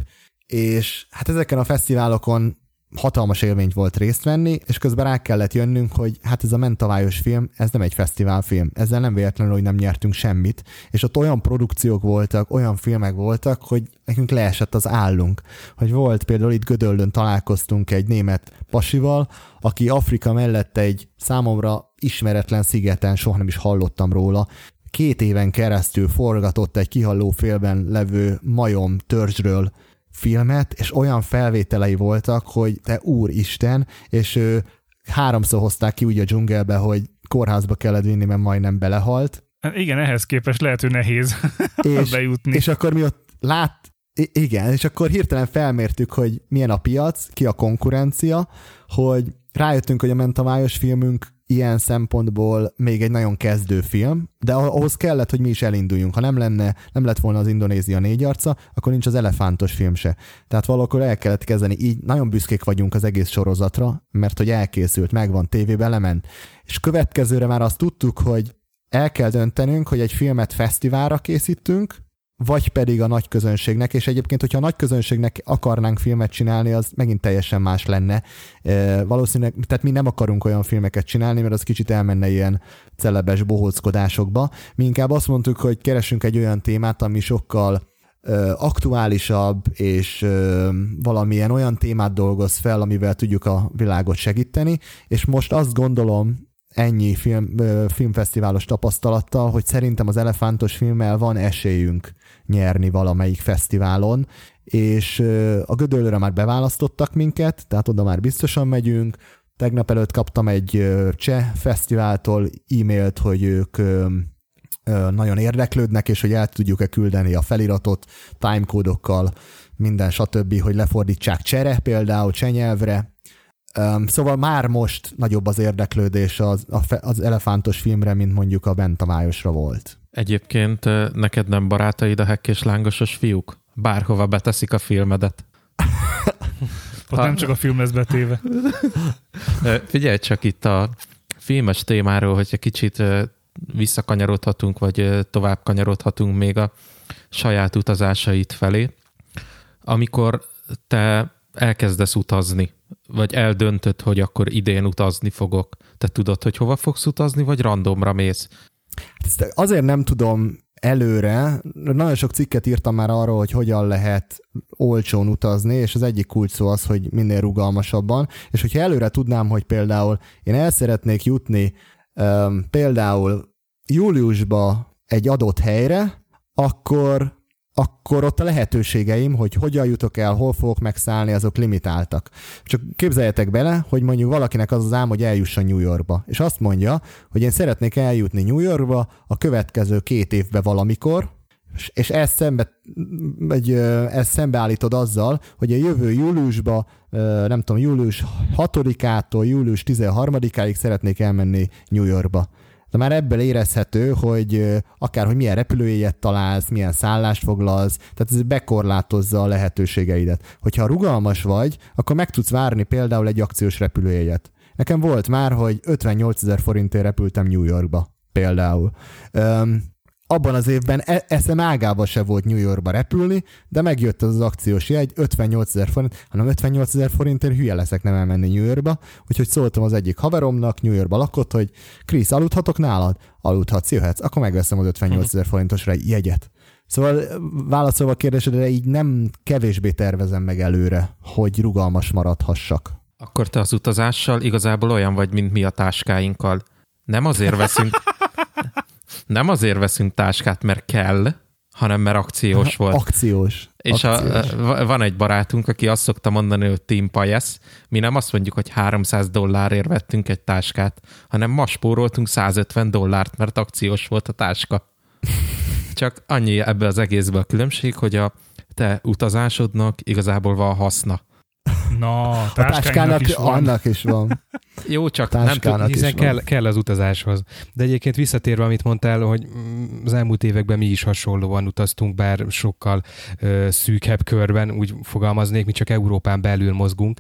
és hát ezeken a fesztiválokon hatalmas élmény volt részt venni, és közben rá kellett jönnünk, hogy hát ez a Mentawai-os film, ez nem egy fesztiválfilm, ezzel nem véletlenül, hogy nem nyertünk semmit, és ott olyan produkciók voltak, olyan filmek voltak, hogy nekünk leesett az állunk. Hogy volt például itt Gödöllőn találkoztunk egy német pasival, aki Afrika mellett egy számomra ismeretlen szigeten, soha nem is hallottam róla, két éven keresztül forgatott egy kihalló félben levő majom törzsről filmet, és olyan felvételei voltak, hogy te úristen, és ő, háromszor hozták ki úgy a dzsungelbe, hogy kórházba kellett vinni, mert majdnem belehalt. Igen, ehhez képest lehet, hogy nehéz és, bejutni. És akkor mi ott lát, igen, és akkor hirtelen felmértük, hogy milyen a piac, ki a konkurencia, hogy rájöttünk, hogy a Mentawai-os filmünk ilyen szempontból még egy nagyon kezdő film, de ahhoz kellett, hogy mi is elinduljunk. Ha nem lenne, nem lett volna az Indonézia négy arca, akkor nincs az Elefántos film se. Tehát valahol el kellett kezdeni. Így nagyon büszkék vagyunk az egész sorozatra, mert hogy elkészült, megvan, tévébe lement. És következőre már azt tudtuk, hogy el kell döntenünk, hogy egy filmet fesztiválra készítünk, vagy pedig a nagy közönségnek, és egyébként, hogyha a nagy közönségnek akarnánk filmet csinálni, az megint teljesen más lenne. E, valószínűleg, tehát mi nem akarunk olyan filmeket csinálni, mert az kicsit elmenne ilyen celebes bohóckodásokba. Mi inkább azt mondtuk, hogy keresünk egy olyan témát, ami sokkal e, aktuálisabb, és e, valamilyen olyan témát dolgoz fel, amivel tudjuk a világot segíteni, és most azt gondolom, ennyi film, filmfesztiválos tapasztalattal, hogy szerintem az Elefántos filmmel van esélyünk nyerni valamelyik fesztiválon, és a Gödöllőre már beválasztottak minket, tehát oda már biztosan megyünk. Tegnap előtt kaptam egy cseh fesztiváltól e-mailt, hogy ők nagyon érdeklődnek, és hogy el tudjuk-e küldeni a feliratot timekódokkal, minden stb., hogy lefordítsák csehre például, cseh nyelvre. Um, szóval már most nagyobb az érdeklődés az, az Elefántos filmre, mint mondjuk a Mentawai-osra volt. Egyébként neked nem barátaid a Hekk és Lángosos fiúk? Bárhova beteszik a filmedet. Ott nem csak a film lesz betéve. Figyelj csak itt a filmes témáról, hogyha kicsit visszakanyarodhatunk, vagy tovább kanyarodhatunk még a saját utazásait felé. Amikor te elkezdesz utazni, vagy eldöntöd, hogy akkor idén utazni fogok. Te tudod, hogy hova fogsz utazni, vagy randomra mész? Ezt azért nem tudom előre. Nagyon sok cikket írtam már arról, hogy hogyan lehet olcsón utazni, és az egyik kulcs szó az, hogy minél rugalmasabban. És hogyha előre tudnám, hogy például én el szeretnék jutni um, például júliusba egy adott helyre, akkor akkor ott a lehetőségeim, hogy hogyan jutok el, hol fogok megszállni, azok limitáltak. Csak képzeljetek bele, hogy mondjuk valakinek az az ám, hogy eljusson New Yorkba. És azt mondja, hogy én szeretnék eljutni New Yorkba a következő két évben valamikor, és ezt, szembe, egy, ezt szembeállítod azzal, hogy a jövő júliusban, nem tudom, július hatodikától július tizenharmadikáig szeretnék elmenni New Yorkba. De már ebből érezhető, hogy akár, hogy milyen repülőjegyet találsz, milyen szállást foglalsz, tehát ez bekorlátozza a lehetőségeidet. Hogyha rugalmas vagy, akkor meg tudsz várni például egy akciós repülőjegyet. Nekem volt már, hogy ötvennyolcezer forintért repültem New Yorkba például. Um, abban az évben e- eszem ágába se volt New Yorkba repülni, de megjött az, az akciós jegy, ötvennyolcezer forint, hanem ötvennyolcezer forintért hülye leszek nem elmenni New Yorkba, úgyhogy szóltam az egyik haveromnak, New Yorkba lakott, hogy Krisz, aludhatok nálad? Aludhatsz, jöhetsz, akkor megveszem az ötvennyolcezer forintos jegyet. Szóval válaszolva a kérdésedre, így nem kevésbé tervezem meg előre, hogy rugalmas maradhassak. Akkor te az utazással igazából olyan vagy, mint mi a táskáinkkal. Nem azért veszünk, nem azért veszünk táskát, mert kell, hanem mert akciós volt. Akciós. És akciós. A, van egy barátunk, aki azt szokta mondani, hogy Team Pajes. Mi nem azt mondjuk, hogy háromszáz dollárért vettünk egy táskát, hanem ma spóroltunk százötven dollárt, mert akciós volt a táska. Csak annyi ebbe az egészben a különbség, hogy a te utazásodnak igazából van haszna. Na, a táskának is van. Annak is van. Jó, csak nem tud, hiszen kell, kell az utazáshoz. De egyébként visszatérve, amit mondtál, hogy az elmúlt években mi is hasonlóan utaztunk, bár sokkal ö, szűkebb körben, úgy fogalmaznék, mi csak Európán belül mozgunk,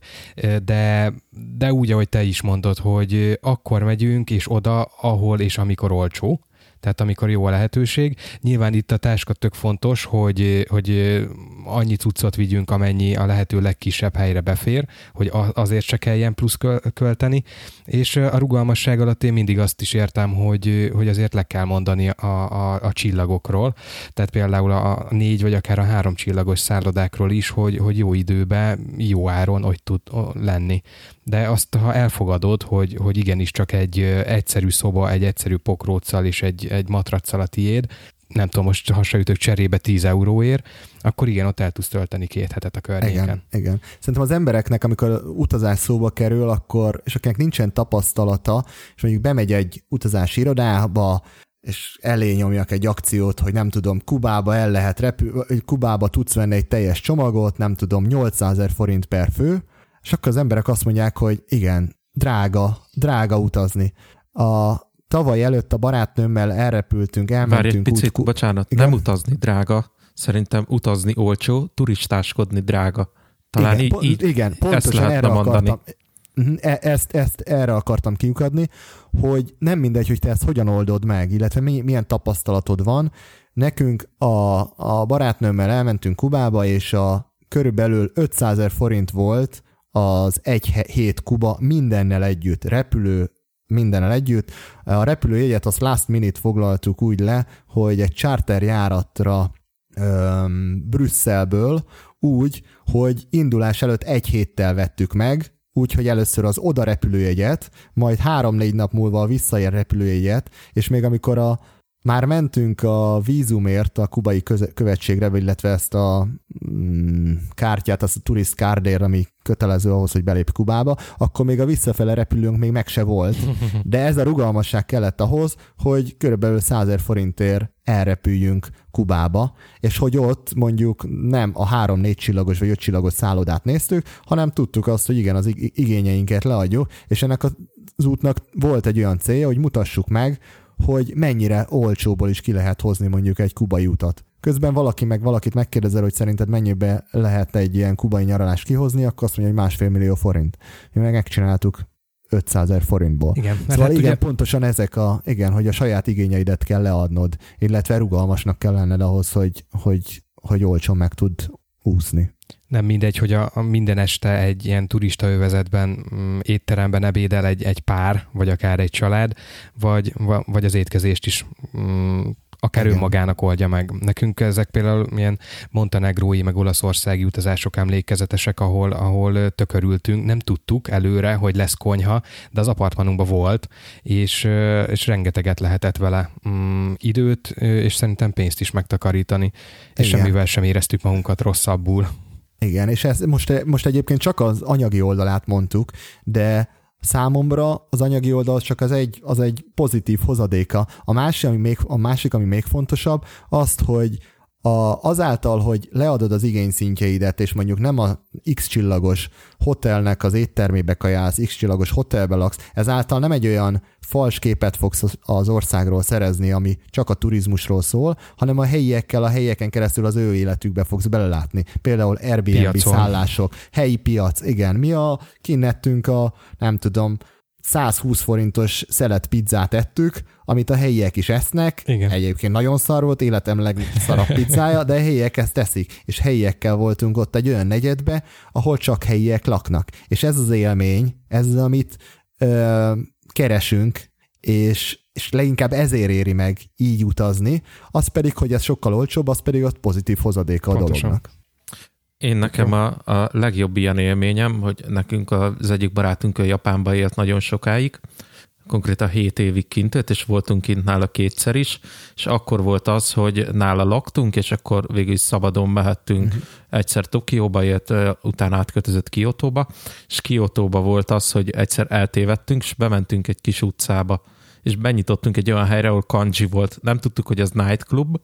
de, de úgy, ahogy te is mondod, hogy akkor megyünk, és oda, ahol és amikor olcsó. Tehát amikor jó a lehetőség. Nyilván itt a táska tök fontos, hogy, hogy annyi cuccot vigyünk, amennyi a lehető legkisebb helyre befér, hogy azért se kelljen plusz költeni, és a rugalmasság alatt én mindig azt is értem, hogy, hogy azért le kell mondani a, a, a csillagokról, tehát például a négy vagy akár a három csillagos szállodákról is, hogy, hogy jó időben, jó áron hogy tud lenni. De azt, ha elfogadod, hogy, hogy igenis csak egy egyszerű szoba, egy egyszerű pokróccal és egy, egy matraccal a tiéd, nem tudom, most hasonlítok cserébe tíz euróért, akkor igen, ott el tudsz tölteni két hetet a környéken. Igen, igen. Szerintem az embereknek, amikor utazás szóba kerül, akkor, és akinek nincsen tapasztalata, és mondjuk bemegy egy utazási irodába, és elé nyomjak egy akciót, hogy nem tudom, Kubába el lehet repül, Kubába tudsz venni egy teljes csomagot, nem tudom, nyolcszázezer forint per fő, és akkor az emberek azt mondják, hogy igen, drága, drága utazni. A tavaly előtt a barátnőmmel elrepültünk, elmentünk. Várj egy picit, úgy, bocsánat, igen? Nem utazni drága, szerintem utazni olcsó, turistáskodni drága. Talán igen, így, po- így igen, pontosan erre mondani. akartam. Ezt, ezt erre akartam kiukadni, hogy nem mindegy, hogy te ezt hogyan oldod meg, illetve milyen tapasztalatod van. Nekünk a, a barátnőmmel elmentünk Kubába, és a körülbelül ötszázezer forint volt az egy hét Kuba mindennel együtt, repülő mindennel együtt. A repülőjegyet azt last minute foglaltuk úgy le, hogy egy charter járatra öm, Brüsszelből úgy, hogy indulás előtt egy héttel vettük meg, úgyhogy először az oda repülőjegyet, majd három-négy nap múlva a visszaér repülőjegyet, és még amikor a már mentünk a vízumért a kubai köze- követségre, illetve ezt a mm, kártyát, azt a turist cardért, ami kötelező ahhoz, hogy belép Kubába, akkor még a visszafele repülőnk még meg se volt. De ez a rugalmasság kellett ahhoz, hogy körülbelül százezer forintért elrepüljünk Kubába, és hogy ott mondjuk nem a három-négy csillagos vagy öt csillagos szállodát néztük, hanem tudtuk azt, hogy igen, az igényeinket leadjuk, és ennek az útnak volt egy olyan célja, hogy mutassuk meg, hogy mennyire olcsóból is ki lehet hozni mondjuk egy kubai utat. Közben valaki meg valakit megkérdezel, hogy szerinted mennyibe lehet egy ilyen kubai nyaralást kihozni, akkor azt mondja, hogy másfél millió forint. Mi meg megcsináltuk ötszázezer forintból. Igen, szóval hát igen, ugye... pontosan ezek a, igen, hogy a saját igényeidet kell leadnod, illetve rugalmasnak kell lenned ahhoz, hogy, hogy, hogy olcsón meg tud úszni. Nem mindegy, hogy a, a minden este egy ilyen turista övezetben, m, étteremben ebédel egy, egy pár, vagy akár egy család, vagy, vagy az étkezést is m, akár igen. önmagának oldja meg. Nekünk ezek például milyen montenegrói, meg olaszországi utazások emlékezetesek, ahol, ahol tökörültünk, nem tudtuk előre, hogy lesz konyha, de az apartmanunkban volt, és, és rengeteget lehetett vele mm, időt, és szerintem pénzt is megtakarítani, igen. és semmivel sem éreztük magunkat rosszabbul. Igen, és ez most, most egyébként csak az anyagi oldalát mondtuk, de számomra az anyagi oldal csak az egy, az egy pozitív hozadéka. A másik, ami még, a másik, ami még fontosabb, azt, hogy A, azáltal, hogy leadod az igényszintjeidet, és mondjuk nem a X csillagos hotelnek az éttermébe kajálsz, X csillagos hotelbe laksz, ezáltal nem egy olyan fals képet fogsz az országról szerezni, ami csak a turizmusról szól, hanem a helyiekkel, a helyeken keresztül az ő életükbe fogsz belelátni. Például Airbnb Piacon. Szállások, helyi piac, igen. Mi a kinettünk a, nem tudom, százhúsz forintos szelet pizzát ettük, amit a helyiek is esznek. Igen. Egyébként nagyon szar volt, életem legszarabb pizzája, de a helyiek ezt teszik. És helyiekkel voltunk ott egy olyan negyedbe, ahol csak helyiek laknak. És ez az élmény, ez az, amit ö, keresünk, és, és leginkább ezért éri meg így utazni, az pedig, hogy ez sokkal olcsóbb, az pedig ott pozitív hozadéka a dolognak. Én nekem a, a legjobb ilyen élményem, hogy nekünk az egyik barátunk a Japánba élt nagyon sokáig, konkrétan hét évig kint élt, és voltunk kint nála kétszer is, és akkor volt az, hogy nála laktunk, és akkor végül is szabadon mehettünk. Uh-huh. Egyszer Tokióba élt, utána átkötözött Kiotóba, és Kiotóba volt az, hogy egyszer eltévedtünk, és bementünk egy kis utcába, és benyitottunk egy olyan helyre, ahol kanji volt. Nem tudtuk, hogy ez nightclub,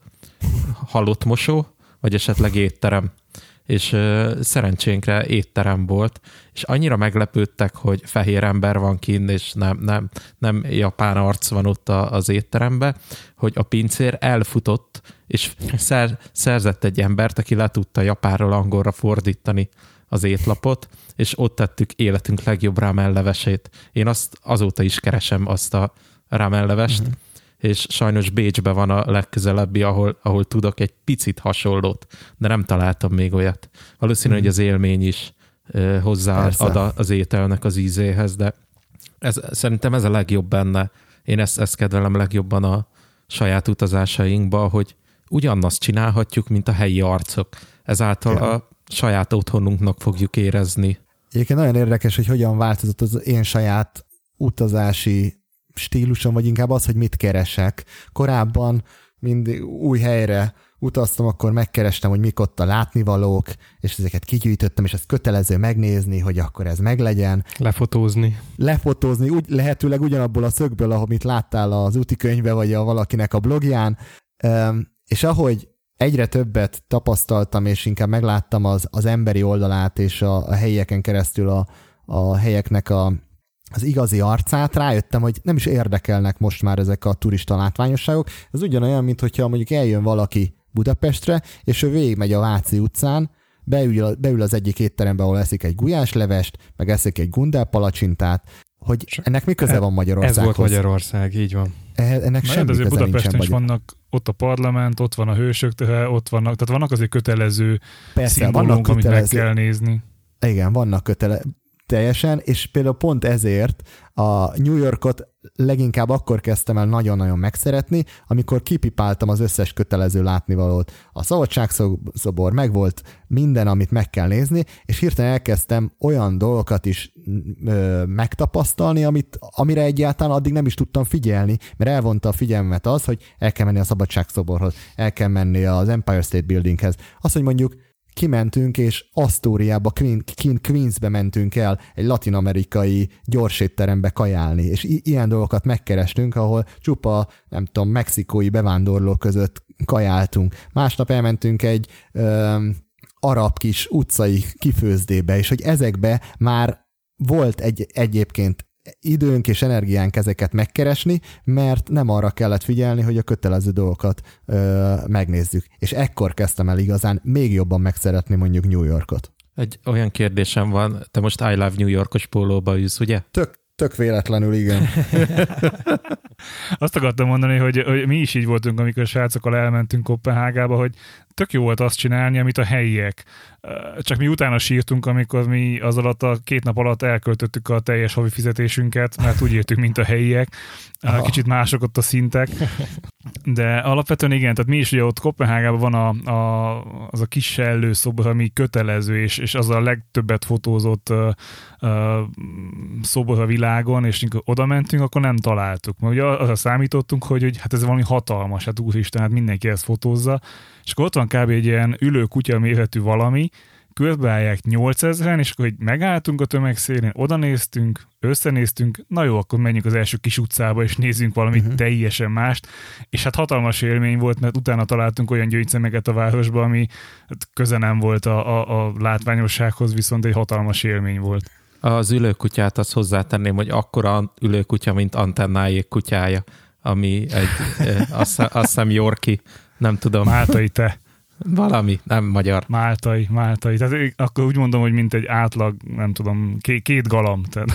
halott mosó, vagy esetleg étterem. És uh, szerencsénkre étterem volt, és annyira meglepődtek, hogy fehér ember van kint, és nem, nem, nem japán arc van ott a, az étterembe, hogy a pincér elfutott, és szer, szerzett egy embert, aki le tudta japánról angolra fordítani az étlapot, és ott tettük életünk legjobb ramen levesét. Én azt azóta is keresem, azt a ramen levest, uh-huh. és sajnos Bécsben van a legközelebbi, ahol, ahol tudok egy picit hasonlót, de nem találtam még olyat. Valószínű, mm. hogy az élmény is uh, hozzáad az ételnek az ízéhez, de ez, szerintem ez a legjobb benne. Én ezt, ezt kedvelem legjobban a saját utazásainkba, hogy ugyanazt csinálhatjuk, mint a helyi arcok. Ezáltal ja. a saját otthonunknak fogjuk érezni. Egyébként nagyon érdekes, hogy hogyan változott az én saját utazási stílusom, vagy inkább az, hogy mit keresek. Korábban mindig új helyre utaztam, akkor megkerestem, hogy mik ott a látnivalók, és ezeket kigyűjtöttem, és ezt kötelező megnézni, hogy akkor ez meglegyen. Lefotózni. Lefotózni, úgy, lehetőleg ugyanabból a szögből, amit láttál az útikönyvbe, vagy a valakinek a blogján. És ahogy egyre többet tapasztaltam, és inkább megláttam az, az emberi oldalát, és a, a helyieken keresztül a, a helyeknek a az igazi arcát, rájöttem, hogy nem is érdekelnek most már ezek a turista látványosságok. Ez ugyanolyan, mint hogyha mondjuk eljön valaki Budapestre, és ő végigmegy a Váci utcán, beül, beül az egyik étterembe, ahol eszik egy gulyáslevest, meg eszik egy gundel palacsintát, hogy ennek mi köze van Magyarországhoz? Ez volt Magyarország, így van. Ennek semmi köze nincsen. Budapesten is vannak ott a parlament, ott van a hősök, ott vannak, tehát vannak azért kötelező szimbólumok, amit meg kell nézni. Igen, vannak kötelező. Teljesen, és például pont ezért a New Yorkot leginkább akkor kezdtem el nagyon-nagyon megszeretni, amikor kipipáltam az összes kötelező látnivalót. A Szabadságszobor megvolt, minden, amit meg kell nézni, és hirtelen elkezdtem olyan dolgokat is ö, megtapasztalni, amit, amire egyáltalán addig nem is tudtam figyelni, mert elvonta a figyelmet az, hogy el kell menni a Szabadságszoborhoz, el kell menni az Empire State Buildinghez. Az, hogy mondjuk kimentünk, és Asztóriába, Queen, Queensbe mentünk el egy latin-amerikai gyorsétterembe kajálni, és i- ilyen dolgokat megkerestünk, ahol csupa, nem tudom, mexikói bevándorlók között kajáltunk. Másnap elmentünk egy ö, arab kis utcai kifőzdébe, és hogy ezekbe már volt egy egyébként időnk és energiánk ezeket megkeresni, mert nem arra kellett figyelni, hogy a kötelező dolgokat ö, megnézzük. És ekkor kezdtem el igazán még jobban megszeretni mondjuk New Yorkot. Egy olyan kérdésem van, te most I Love New Yorkos pólóba ülsz, ugye? Tök, tök véletlenül, igen. Azt akartam mondani, hogy, hogy mi is így voltunk, amikor a srácokkal elmentünk Koppenhágába, hogy tök jó volt azt csinálni, amit a helyiek. Csak mi utána sírtunk, amikor mi az alatt a két nap alatt elköltöttük a teljes havi fizetésünket, mert úgy értük, mint a helyiek. Aha. Kicsit mások ott a szintek. De alapvetően igen, tehát mi is ugye ott Koppenhágában van a, a, az a kis sellőszobor, ami kötelező, és, és az a legtöbbet fotózott uh, uh, szobor a világon, és amikor oda mentünk, akkor nem találtuk. Mert ugye arra számítottunk, hogy, hogy hát ez valami hatalmas, hát úristen, hát mindenki ezt fotózza, és akkor ott van kb. Egy ilyen ülő kutya méretű valami, körbeállják nyolcezren, és akkor, hogy megálltunk a tömegszélén, oda néztünk, összenéztünk, na jó, akkor menjünk az első kis utcába, és nézzünk valamit uh-huh. teljesen mást, és hát hatalmas élmény volt, mert utána találtunk olyan gyöngyszemeket a városba, ami köze nem volt a, a, a látványossághoz, viszont egy hatalmas élmény volt. Az ülőkutyát azt hozzátenném, hogy akkora ülőkutya, mint Antennájék kutyája, ami egy, azt, azt hiszem Yorkie, nem tudom. Máltai te. Valami, nem magyar. Máltai, máltai. Tehát akkor úgy mondom, hogy mint egy átlag, nem tudom, két, két galamb, tehát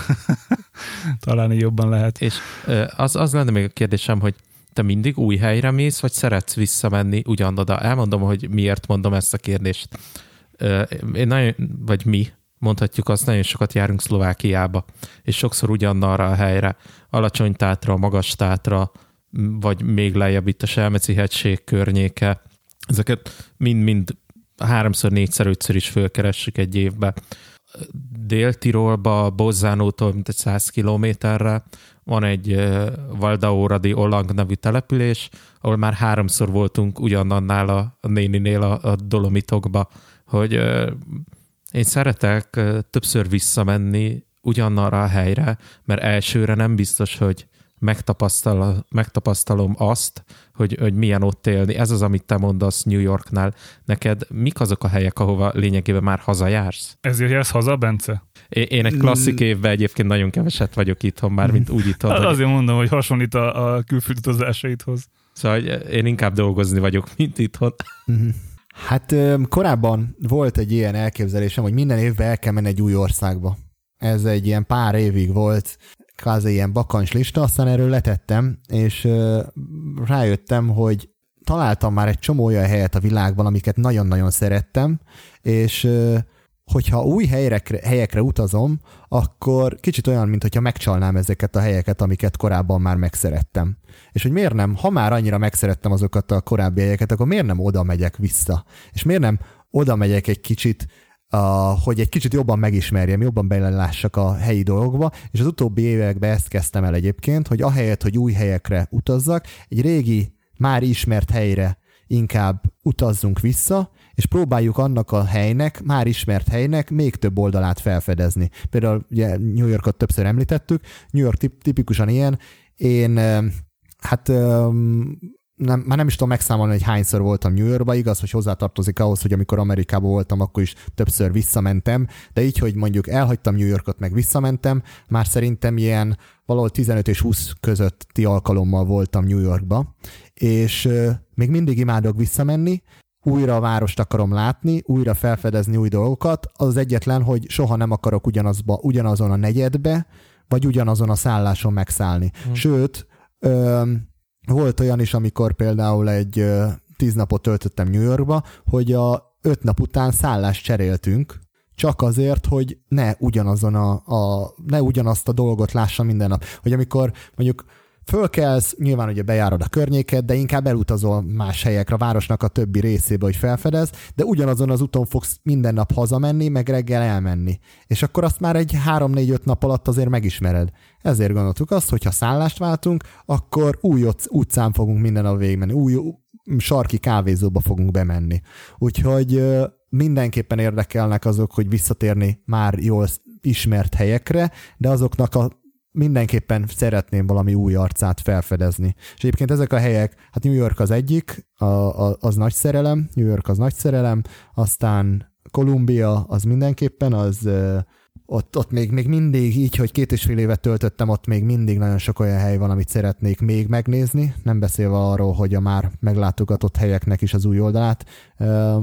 talán így jobban lehet. És az, az lenne még a kérdésem, hogy te mindig új helyre mész, vagy szeretsz visszamenni ugyanoda? Elmondom, hogy miért mondom ezt a kérdést. Én nagyon, vagy mi, mondhatjuk azt, nagyon sokat járunk Szlovákiába, és sokszor ugyanarra a helyre, Alacsony-Tátra, Magas-Tátra, vagy még lejjebb itt a Selmeci-hegység környéke. Ezeket mind-mind háromszor, négyszer, ötször is fölkeressük egy évbe. Dél-Tirolba, Bozzánótól mint egy száz kilométerre van egy Valdaóradi Olang nevű település, ahol már háromszor voltunk ugyanannál a, a néninél a, a Dolomitokba, hogy én szeretek többször visszamenni ugyanarra a helyre, mert elsőre nem biztos, hogy megtapasztal, megtapasztalom azt, hogy, hogy milyen ott élni. Ez az, amit te mondasz New Yorknál. Neked mik azok a helyek, ahova lényegében már hazajársz? Ezért jársz haza, Bence? Én, én egy klasszik évben egyébként nagyon keveset vagyok itthon már, mint úgy itthon. Hát azért mondom, hogy hasonlít a, a külföldi utazásaidhoz. Szóval én inkább dolgozni vagyok, mint itthon. Hát korábban volt egy ilyen elképzelésem, hogy minden évben el kell menni egy új országba. Ez egy ilyen pár évig volt, kvázi ilyen bakancs lista, aztán erről letettem, és uh, rájöttem, hogy találtam már egy csomó olyan helyet a világban, amiket nagyon-nagyon szerettem, és uh, hogyha új helyekre, helyekre utazom, akkor kicsit olyan, mintha megcsalnám ezeket a helyeket, amiket korábban már megszerettem. És hogy miért nem, ha már annyira megszerettem azokat a korábbi helyeket, akkor miért nem oda megyek vissza? És miért nem oda megyek egy kicsit, Uh, hogy egy kicsit jobban megismerjem, jobban belelássak a helyi dolgokba, és az utóbbi években ezt kezdtem el egyébként, hogy ahelyett, hogy új helyekre utazzak, egy régi, már ismert helyre inkább utazzunk vissza, és próbáljuk annak a helynek, már ismert helynek még több oldalát felfedezni. Például ugye New Yorkot többször említettük, New York tip- tipikusan ilyen, én hát Nem, már nem is tudom megszámolni, hogy hányszor voltam New Yorkba, igaz, hogy hozzátartozik ahhoz, hogy amikor Amerikában voltam, akkor is többször visszamentem, de így, hogy mondjuk elhagytam New Yorkot, meg visszamentem, már szerintem ilyen valahol tizenöt és húsz közötti alkalommal voltam New Yorkba, és euh, még mindig imádok visszamenni, újra a várost akarom látni, újra felfedezni új dolgokat, az egyetlen, hogy soha nem akarok ugyanazba, ugyanazon a negyedbe, vagy ugyanazon a szálláson megszállni. Hmm. Sőt, ö, volt olyan is, amikor például egy ö, tíz napot töltöttem New Yorkba, hogy a öt nap után szállást cseréltünk, csak azért, hogy ne ugyanazon a, a ne ugyanazt a dolgot lássa minden nap. Hogy amikor mondjuk fölkelsz, nyilván ugye bejárod a környéket, de inkább elutazol más helyekre, a városnak a többi részébe, hogy felfedez, de ugyanazon az úton fogsz minden nap hazamenni, meg reggel elmenni. És akkor azt már egy három-négy-öt nap alatt azért megismered. Ezért gondoltuk azt, hogy ha szállást váltunk, akkor új utcán fogunk minden nap végigmenni, új sarki kávézóba fogunk bemenni. Úgyhogy mindenképpen érdekelnek azok, hogy visszatérni már jól ismert helyekre, de azoknak a mindenképpen szeretném valami új arcát felfedezni. És egyébként ezek a helyek, hát New York az egyik, a, a, az nagy szerelem, New York az nagy szerelem, aztán Kolumbia az mindenképpen, az ott, ott még, még mindig így, hogy két és fél évet töltöttem, ott még mindig nagyon sok olyan hely van, amit szeretnék még megnézni, nem beszélve arról, hogy a már meglátogatott helyeknek is az új oldalát ö,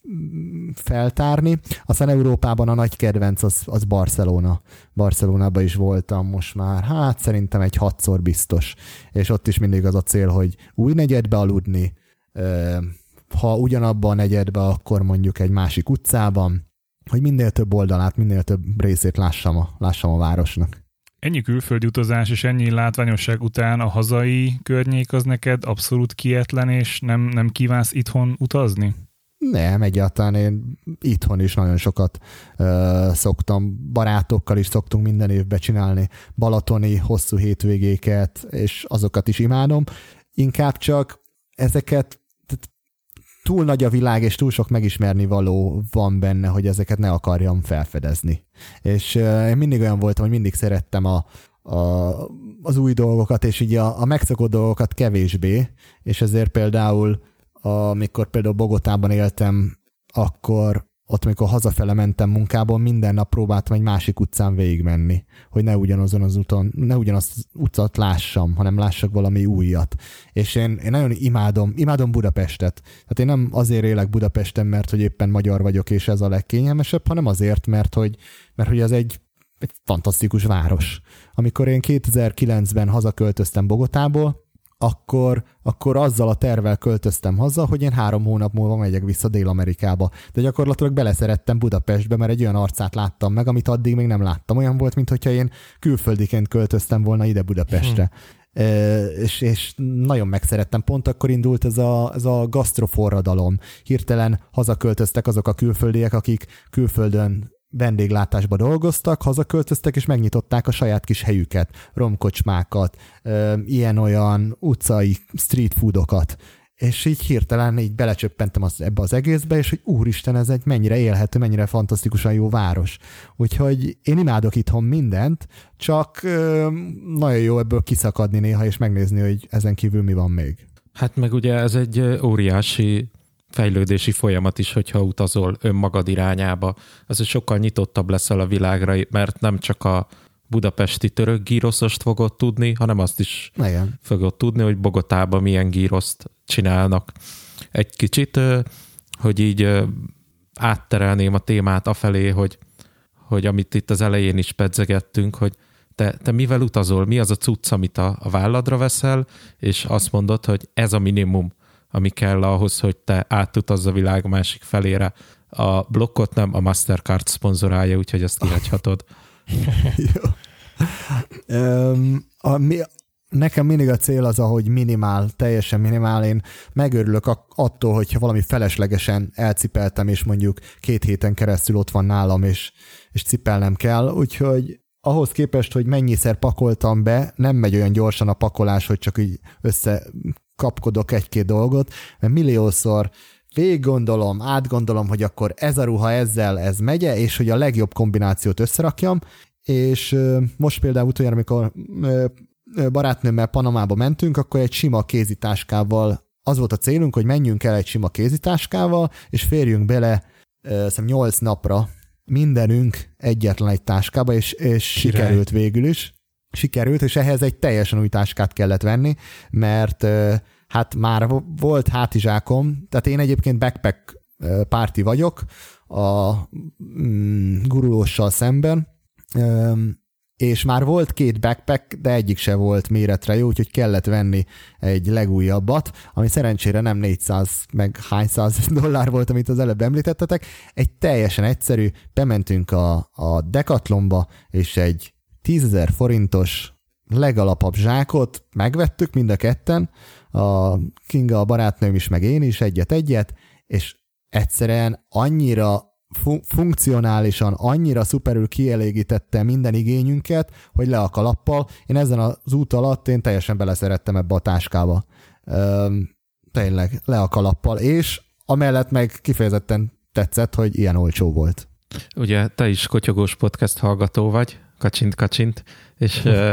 feltárni. Aztán Európában a nagy kedvenc az, az Barcelona. Barcelonában is voltam most már, hát szerintem egy hatszor biztos. És ott is mindig az a cél, hogy új negyedbe aludni, ö, ha ugyanabban a negyedbe, akkor mondjuk egy másik utcában, hogy minél több oldalát, minél több részét lássam a, lássam a városnak. Ennyi külföldi utazás és ennyi látványosság után a hazai környék az neked abszolút kietlen, és nem, nem kívánsz itthon utazni? Nem, egyáltalán én itthon is nagyon sokat uh, szoktam, barátokkal is szoktunk minden évben csinálni balatoni hosszú hétvégéket, és azokat is imádom. Inkább csak ezeket túl nagy a világ, és túl sok megismerni való van benne, hogy ezeket ne akarjam felfedezni. És uh, én mindig olyan voltam, hogy mindig szerettem a, a, az új dolgokat, és így a, a megszokott dolgokat kevésbé, és ezért például, amikor például Bogotában éltem, akkor ott, amikor hazafele mentem munkából, minden nap próbáltam egy másik utcán végigmenni, hogy ne ugyanazon az úton, ne ugyanazt az utcát lássam, hanem lássak valami újat. És én, én nagyon imádom, imádom Budapestet. Tehát én nem azért élek Budapesten, mert hogy éppen magyar vagyok, és ez a legkényelmesebb, hanem azért, mert hogy, mert hogy ez egy, egy fantasztikus város. Amikor én kétezer-kilencben hazaköltöztem Bogotából, Akkor, akkor azzal a tervvel költöztem haza, hogy én három hónap múlva megyek vissza Dél-Amerikába. De gyakorlatilag beleszerettem Budapestbe, mert egy olyan arcát láttam meg, amit addig még nem láttam. Olyan volt, mintha én külföldiként költöztem volna ide Budapestre. Hmm. E, és, és nagyon megszerettem. Pont akkor indult ez a, ez a gasztroforradalom. Hirtelen hazaköltöztek azok a külföldiek, akik külföldön vendéglátásba dolgoztak, hazaköltöztek, és megnyitották a saját kis helyüket, romkocsmákat, ilyen-olyan utcai street foodokat. És így hirtelen így belecsöppentem az, ebbe az egészbe, és hogy úristen, ez egy mennyire élhető, mennyire fantasztikusan jó város. Úgyhogy én imádok itthon mindent, csak ö, nagyon jó ebből kiszakadni néha, és megnézni, hogy ezen kívül mi van még. Hát meg ugye ez egy óriási fejlődési folyamat is, hogyha utazol önmagad irányába. Az, hogy sokkal nyitottabb leszel a világra, mert nem csak a budapesti török gíroszost fogod tudni, hanem azt is Igen. fogod tudni, hogy Bogotában milyen gíroszt csinálnak. Egy kicsit, hogy így átterelném a témát afelé, hogy, hogy amit itt az elején is pedzegettünk, hogy te, te mivel utazol, mi az a cucc, amit a, a válladra veszel, és azt mondod, hogy ez a minimum, ami kell ahhoz, hogy te átutazz a világ másik felére. A blokkot nem a Mastercard szponzorálja, úgyhogy ezt kihagyhatod. Jó. Um, a, mi, nekem mindig a cél az, ahogy minimál, teljesen minimál. Én megörülök attól, hogyha valami feleslegesen elcipeltem, és mondjuk két héten keresztül ott van nálam, és, és cipelnem kell. Úgyhogy ahhoz képest, hogy mennyiszer pakoltam be, nem megy olyan gyorsan a pakolás, hogy csak így össze kapkodok egy-két dolgot, mert milliószor végig gondolom, átgondolom, hogy akkor ez a ruha ezzel, ez megye, és hogy a legjobb kombinációt összerakjam, és most például utoljára, amikor barátnőmmel Panamába mentünk, akkor egy sima kézitáskával, az volt a célunk, hogy menjünk el egy sima kézitáskával, és férjünk bele hiszem nyolc napra mindenünk egyetlen egy táskába, és, és sikerült végül is. Sikerült, és ehhez egy teljesen új táskát kellett venni, mert hát már volt hátizsákom, tehát én egyébként backpack párti vagyok a mm, gurulóssal szemben, és már volt két backpack, de egyik se volt méretre jó, úgyhogy kellett venni egy legújabbat, ami szerencsére nem négyszáz meg hányszáz dollár volt, amit az előbb említettetek. Egy teljesen egyszerű, bementünk a, a Decathlonba, és egy tízezer forintos legalapabb zsákot megvettük mind a ketten, a Kinga, a barátnőm is, meg én is egyet-egyet, és egyszerűen annyira fun- funkcionálisan, annyira szuperül kielégítette minden igényünket, hogy le a kalappal. Én ezen az út alatt én teljesen beleszerettem ebbe a táskába. Üm, tényleg, le a kalappal, és amellett meg kifejezetten tetszett, hogy ilyen olcsó volt. Ugye te is Kotyogós podcast hallgató vagy, kacsint, kacsint, és uh,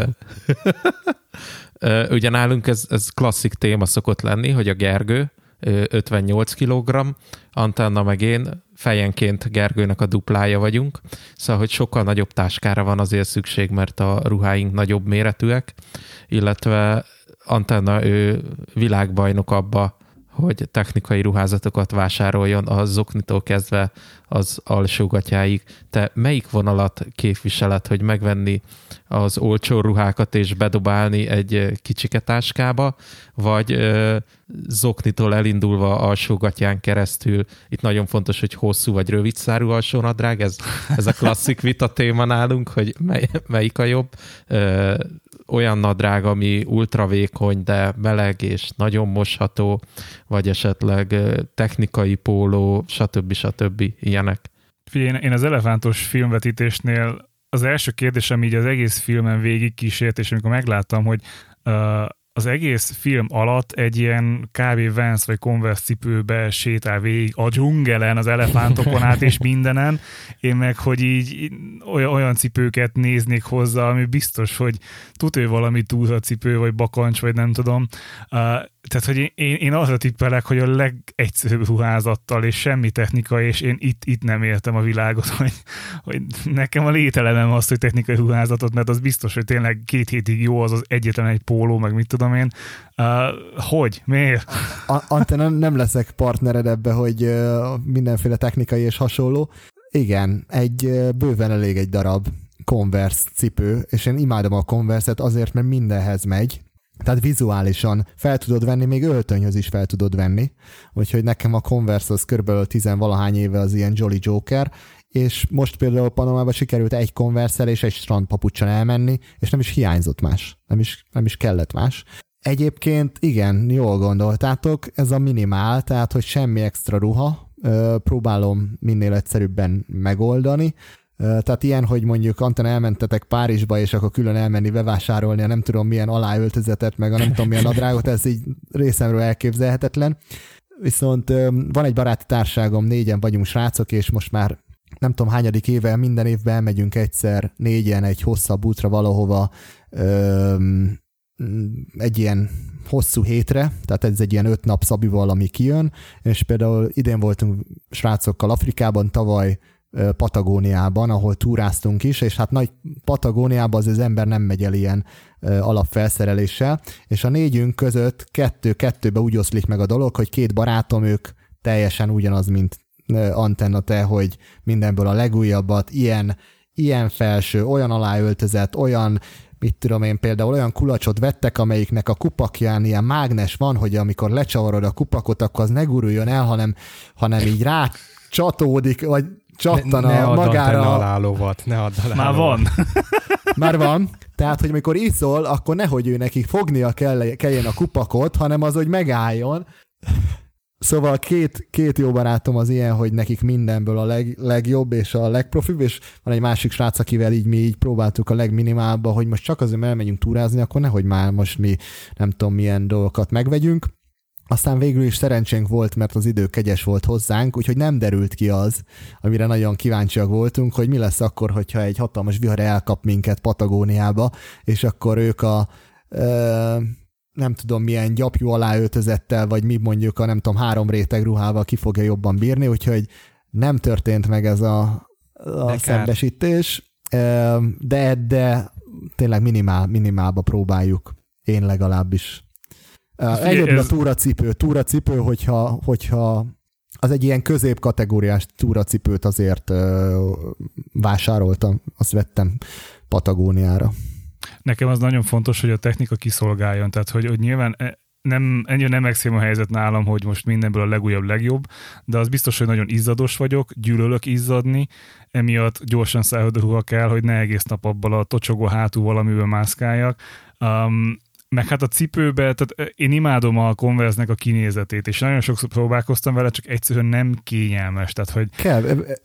uh, ugye nálunk ez, ez klasszik téma szokott lenni, hogy a Gergő ötvennyolc kilogramm, Antenna meg én fejenként Gergőnek a duplája vagyunk, szóval, hogy sokkal nagyobb táskára van azért szükség, mert a ruháink nagyobb méretűek, illetve Antenna ő világbajnok abba, hogy technikai ruházatokat vásároljon a zoknitól kezdve az alsógatyáig. Te melyik vonalat képviseled, hogy megvenni az olcsó ruhákat és bedobálni egy kicsike táskába, vagy ö, zoknitól elindulva alsógatyán keresztül, itt nagyon fontos, hogy hosszú vagy rövid szárú alsónadrág, ez, ez a klasszik vita téma nálunk, hogy mely, melyik a jobb, ö, olyan nadrág, ami ultravékony, de meleg és nagyon mosható, vagy esetleg technikai póló, stb. stb. Ilyenek. Figyelj, én az elefántos filmvetítésnél az első kérdésem így az egész filmen végig kísért, és amikor megláttam, hogy uh, az egész film alatt egy ilyen kb. Vans vagy Converse cipőbe sétál végig a dzsungelen, az elefántokon át és mindenen, én meg, hogy így olyan, olyan cipőket néznék hozzá, ami biztos, hogy tud ő valami túlzacipő, vagy bakancs, vagy nem tudom. Uh, tehát, hogy én, én arra tippelek, hogy a legegyszerűbb ruházattal, és semmi technika, és én itt, itt nem értem a világot, hogy, hogy nekem a lételemem az, hogy technikai ruházatot, mert az biztos, hogy tényleg két hétig jó az az egyetlen egy póló, meg mit tudom én. Uh, hogy? Miért? Ante, nem, nem leszek partnered ebbe, hogy uh, mindenféle technikai és hasonló. Igen, egy uh, bőven elég egy darab Converse cipő, és én imádom a Converse-et azért, mert mindenhez megy. Tehát vizuálisan fel tudod venni, még öltönyhöz is fel tudod venni. Úgyhogy nekem a Converse az körülbelül tizenvalahány éve az ilyen Jolly Joker, és most például Panamába sikerült egy Converse-el és egy strandpapuccsal elmenni, és nem is hiányzott más. Nem is, nem is kellett más. Egyébként igen, jól gondoltátok, ez a minimál, tehát hogy semmi extra ruha, próbálom minél egyszerűbben megoldani. Tehát ilyen, hogy mondjuk Anten elmentetek Párizsba, és akkor külön elmenni bevásárolni a nem tudom milyen aláöltözetet, meg a nem tudom milyen nadrágot, ez így részemről elképzelhetetlen. Viszont van egy baráti társágom, négyen vagyunk srácok, és most már nem tudom hányadik éve, minden évben elmegyünk egyszer négyen egy hosszabb útra valahova, egy ilyen hosszú hétre, tehát ez egy ilyen öt nap Szabival, ami kijön, és például idén voltunk srácokkal Afrikában, tavaly Patagóniában, ahol túráztunk is, és hát nagy Patagóniában az, az ember nem megy el ilyen alapfelszereléssel, és a négyünk között kettő-kettőbe úgy oszlik meg a dolog, hogy két barátom, ők teljesen ugyanaz, mint Antenna te, hogy mindenből a legújabbat, ilyen, ilyen felső, olyan aláöltözet, olyan, mit tudom én, például olyan kulacsot vettek, amelyiknek a kupakján ilyen mágnes van, hogy amikor lecsavarod a kupakot, akkor az ne guruljon el, hanem, hanem így rá csatódik, vagy csattana ne, ne magára. Ne alá lovat, ne add alá Már lovat. van. Már van. Tehát, hogy amikor iszol, akkor nehogy ő neki fognia kell, kelljen a kupakot, hanem az, hogy megálljon. Szóval két, két jó barátom az ilyen, hogy nekik mindenből a leg, legjobb és a legprofibb, és van egy másik srác, akivel így mi így próbáltuk a legminimálba, hogy most csak azért elmegyünk túrázni, akkor nehogy már most mi nem tudom milyen dolgokat megvegyünk. Aztán végül is szerencsénk volt, mert az idő kegyes volt hozzánk, úgyhogy nem derült ki az, amire nagyon kíváncsiak voltunk, hogy mi lesz akkor, hogyha egy hatalmas vihar elkap minket Patagóniába, és akkor ők a ö, nem tudom milyen gyapjú aláöltözettel, vagy mi mondjuk a nem tudom három réteg ruhával ki fogja jobban bírni, úgyhogy nem történt meg ez a, a szembesítés, de, de tényleg minimál, minimálba próbáljuk, én legalábbis. Egyedül ez... a túracipő, túracipő, hogyha, hogyha az egy ilyen középkategóriás túracipőt azért ö, vásároltam, azt vettem Patagóniára. Nekem az nagyon fontos, hogy a technika kiszolgáljon, tehát hogy, hogy nyilván nem, ennyire nem extrém a helyzet nálam, hogy most mindenből a legújabb, legjobb, de az biztos, hogy nagyon izzados vagyok, gyűlölök izzadni, emiatt gyorsan szállodó ruha kell, hogy ne egész nap abban a tocsogó hátú valamiben mászkáljak. Um, meg hát a cipőbe, tehát én imádom a Converse-nek a kinézetét, és nagyon sokszor próbálkoztam vele, csak egyszerűen nem kényelmes, tehát hogy... Kell,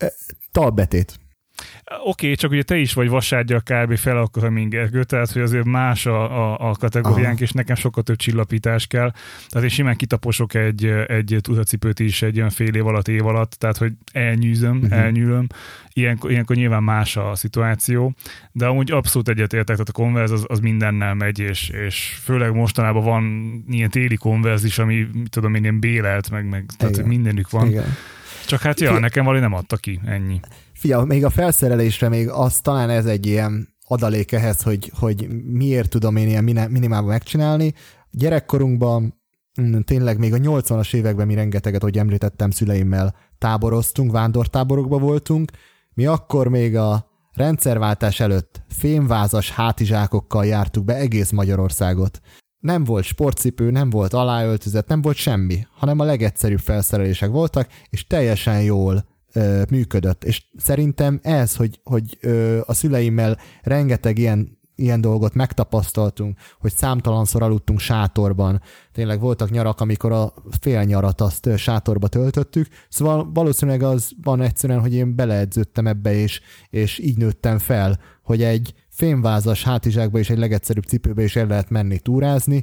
talbetét. Oké, okay, csak ugye te is vagy vasárgyal kb. Fel akkor mingergő, tehát hogy azért más a, a, a kategóriánk, aha. És nekem sokkal több csillapítás kell. Tehát én simán kitaposok egy, egy tudatcipőt is egy olyan fél év alatt, év alatt, tehát hogy elnyűzöm, uh-huh. elnyűlöm. Ilyenkor, ilyenkor nyilván más a szituáció, de amúgy abszolút egyetértek, tehát a Converse az, az mindennel megy, és, és főleg mostanában van ilyen téli Converse is, ami tudom én ilyen bélelt, meg, meg tehát mindenük van. Igen. Csak hát ja, nekem valahogy nem adta ki, ennyi. Fia, még a felszerelésre még az talán ez egy ilyen adalék ehhez, hogy, hogy miért tudom én ilyen minimálban megcsinálni. Gyerekkorunkban tényleg még a nyolcvanas években mi rengeteget, ahogy említettem, szüleimmel táboroztunk, vándortáborokba voltunk. Mi akkor még a rendszerváltás előtt fémvázas hátizsákokkal jártuk be egész Magyarországot. Nem volt sportcipő, nem volt aláöltözet, nem volt semmi, hanem a legegyszerűbb felszerelések voltak, és teljesen jól ö, működött. És szerintem ez, hogy, hogy ö, a szüleimmel rengeteg ilyen, ilyen dolgot megtapasztaltunk, hogy számtalanszor aludtunk sátorban. Tényleg voltak nyarak, amikor a fél nyarat azt ö, sátorba töltöttük, szóval valószínűleg az van egyszerűen, hogy én beleedződtem ebbe, és, és így nőttem fel, hogy egy fémvázas hátizsákba és egy legegyszerűbb cipőbe is el lehet menni túrázni.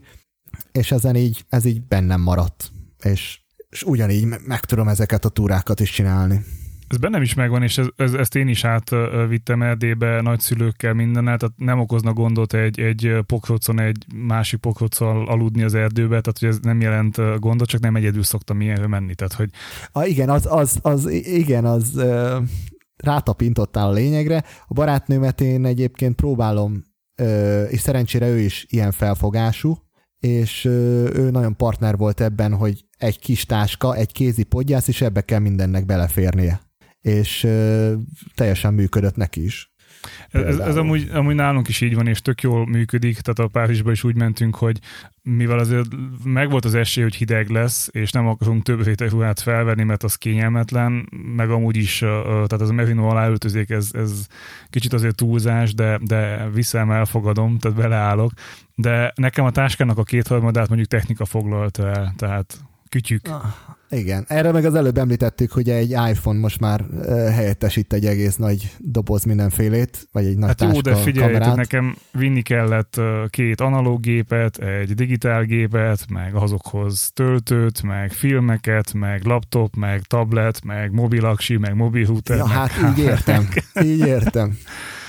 és ezen így, ez így bennem maradt, és, és ugyanígy meg tudom ezeket a túrákat is csinálni. Ez bennem is megvan, és ez, ez, ezt én is átvittem Erdélybe nagyszülőkkel mindennel, tehát nem okozna gondot egy, egy pokrocon, egy másik pokroccal aludni az erdőbe, tehát hogy ez nem jelent gondot, csak nem egyedül szoktam ilyenre menni. Tehát, hogy... ah, igen, az, az, az, igen, az uh, rátapintottál a lényegre. A barátnőmet én egyébként próbálom, uh, és szerencsére ő is ilyen felfogású, és uh, ő nagyon partner volt ebben, hogy egy kis táska, egy kézi podgyász, és ebbe kell mindennek beleférnie. És uh, teljesen működött neki is. Ez, ez amúgy, amúgy nálunk is így van, és tök jól működik, tehát a Párizsba is úgy mentünk, hogy mivel azért megvolt az esély, hogy hideg lesz, és nem akarunk több réteg ruhát felvenni, mert az kényelmetlen, meg amúgy is, tehát az a merino aláöltözék, ez, ez kicsit azért túlzás, de, de visszám elfogadom, tehát beleállok, de nekem a táskának a kétharmadát mondjuk technika foglalta el, tehát kütyük. Ah, igen. Erre meg az előbb említettük, hogy egy iPhone most már uh, helyettesít egy egész nagy doboz mindenfélét, vagy egy nagy hát táska jó, de figyelj, kamerát. Nekem vinni kellett két analóg gépet, egy digitál gépet, meg azokhoz töltőt, meg filmeket, meg laptop, meg tablet, meg mobilaksi, meg mobilrouter. Ja, meg hát így értem. így értem.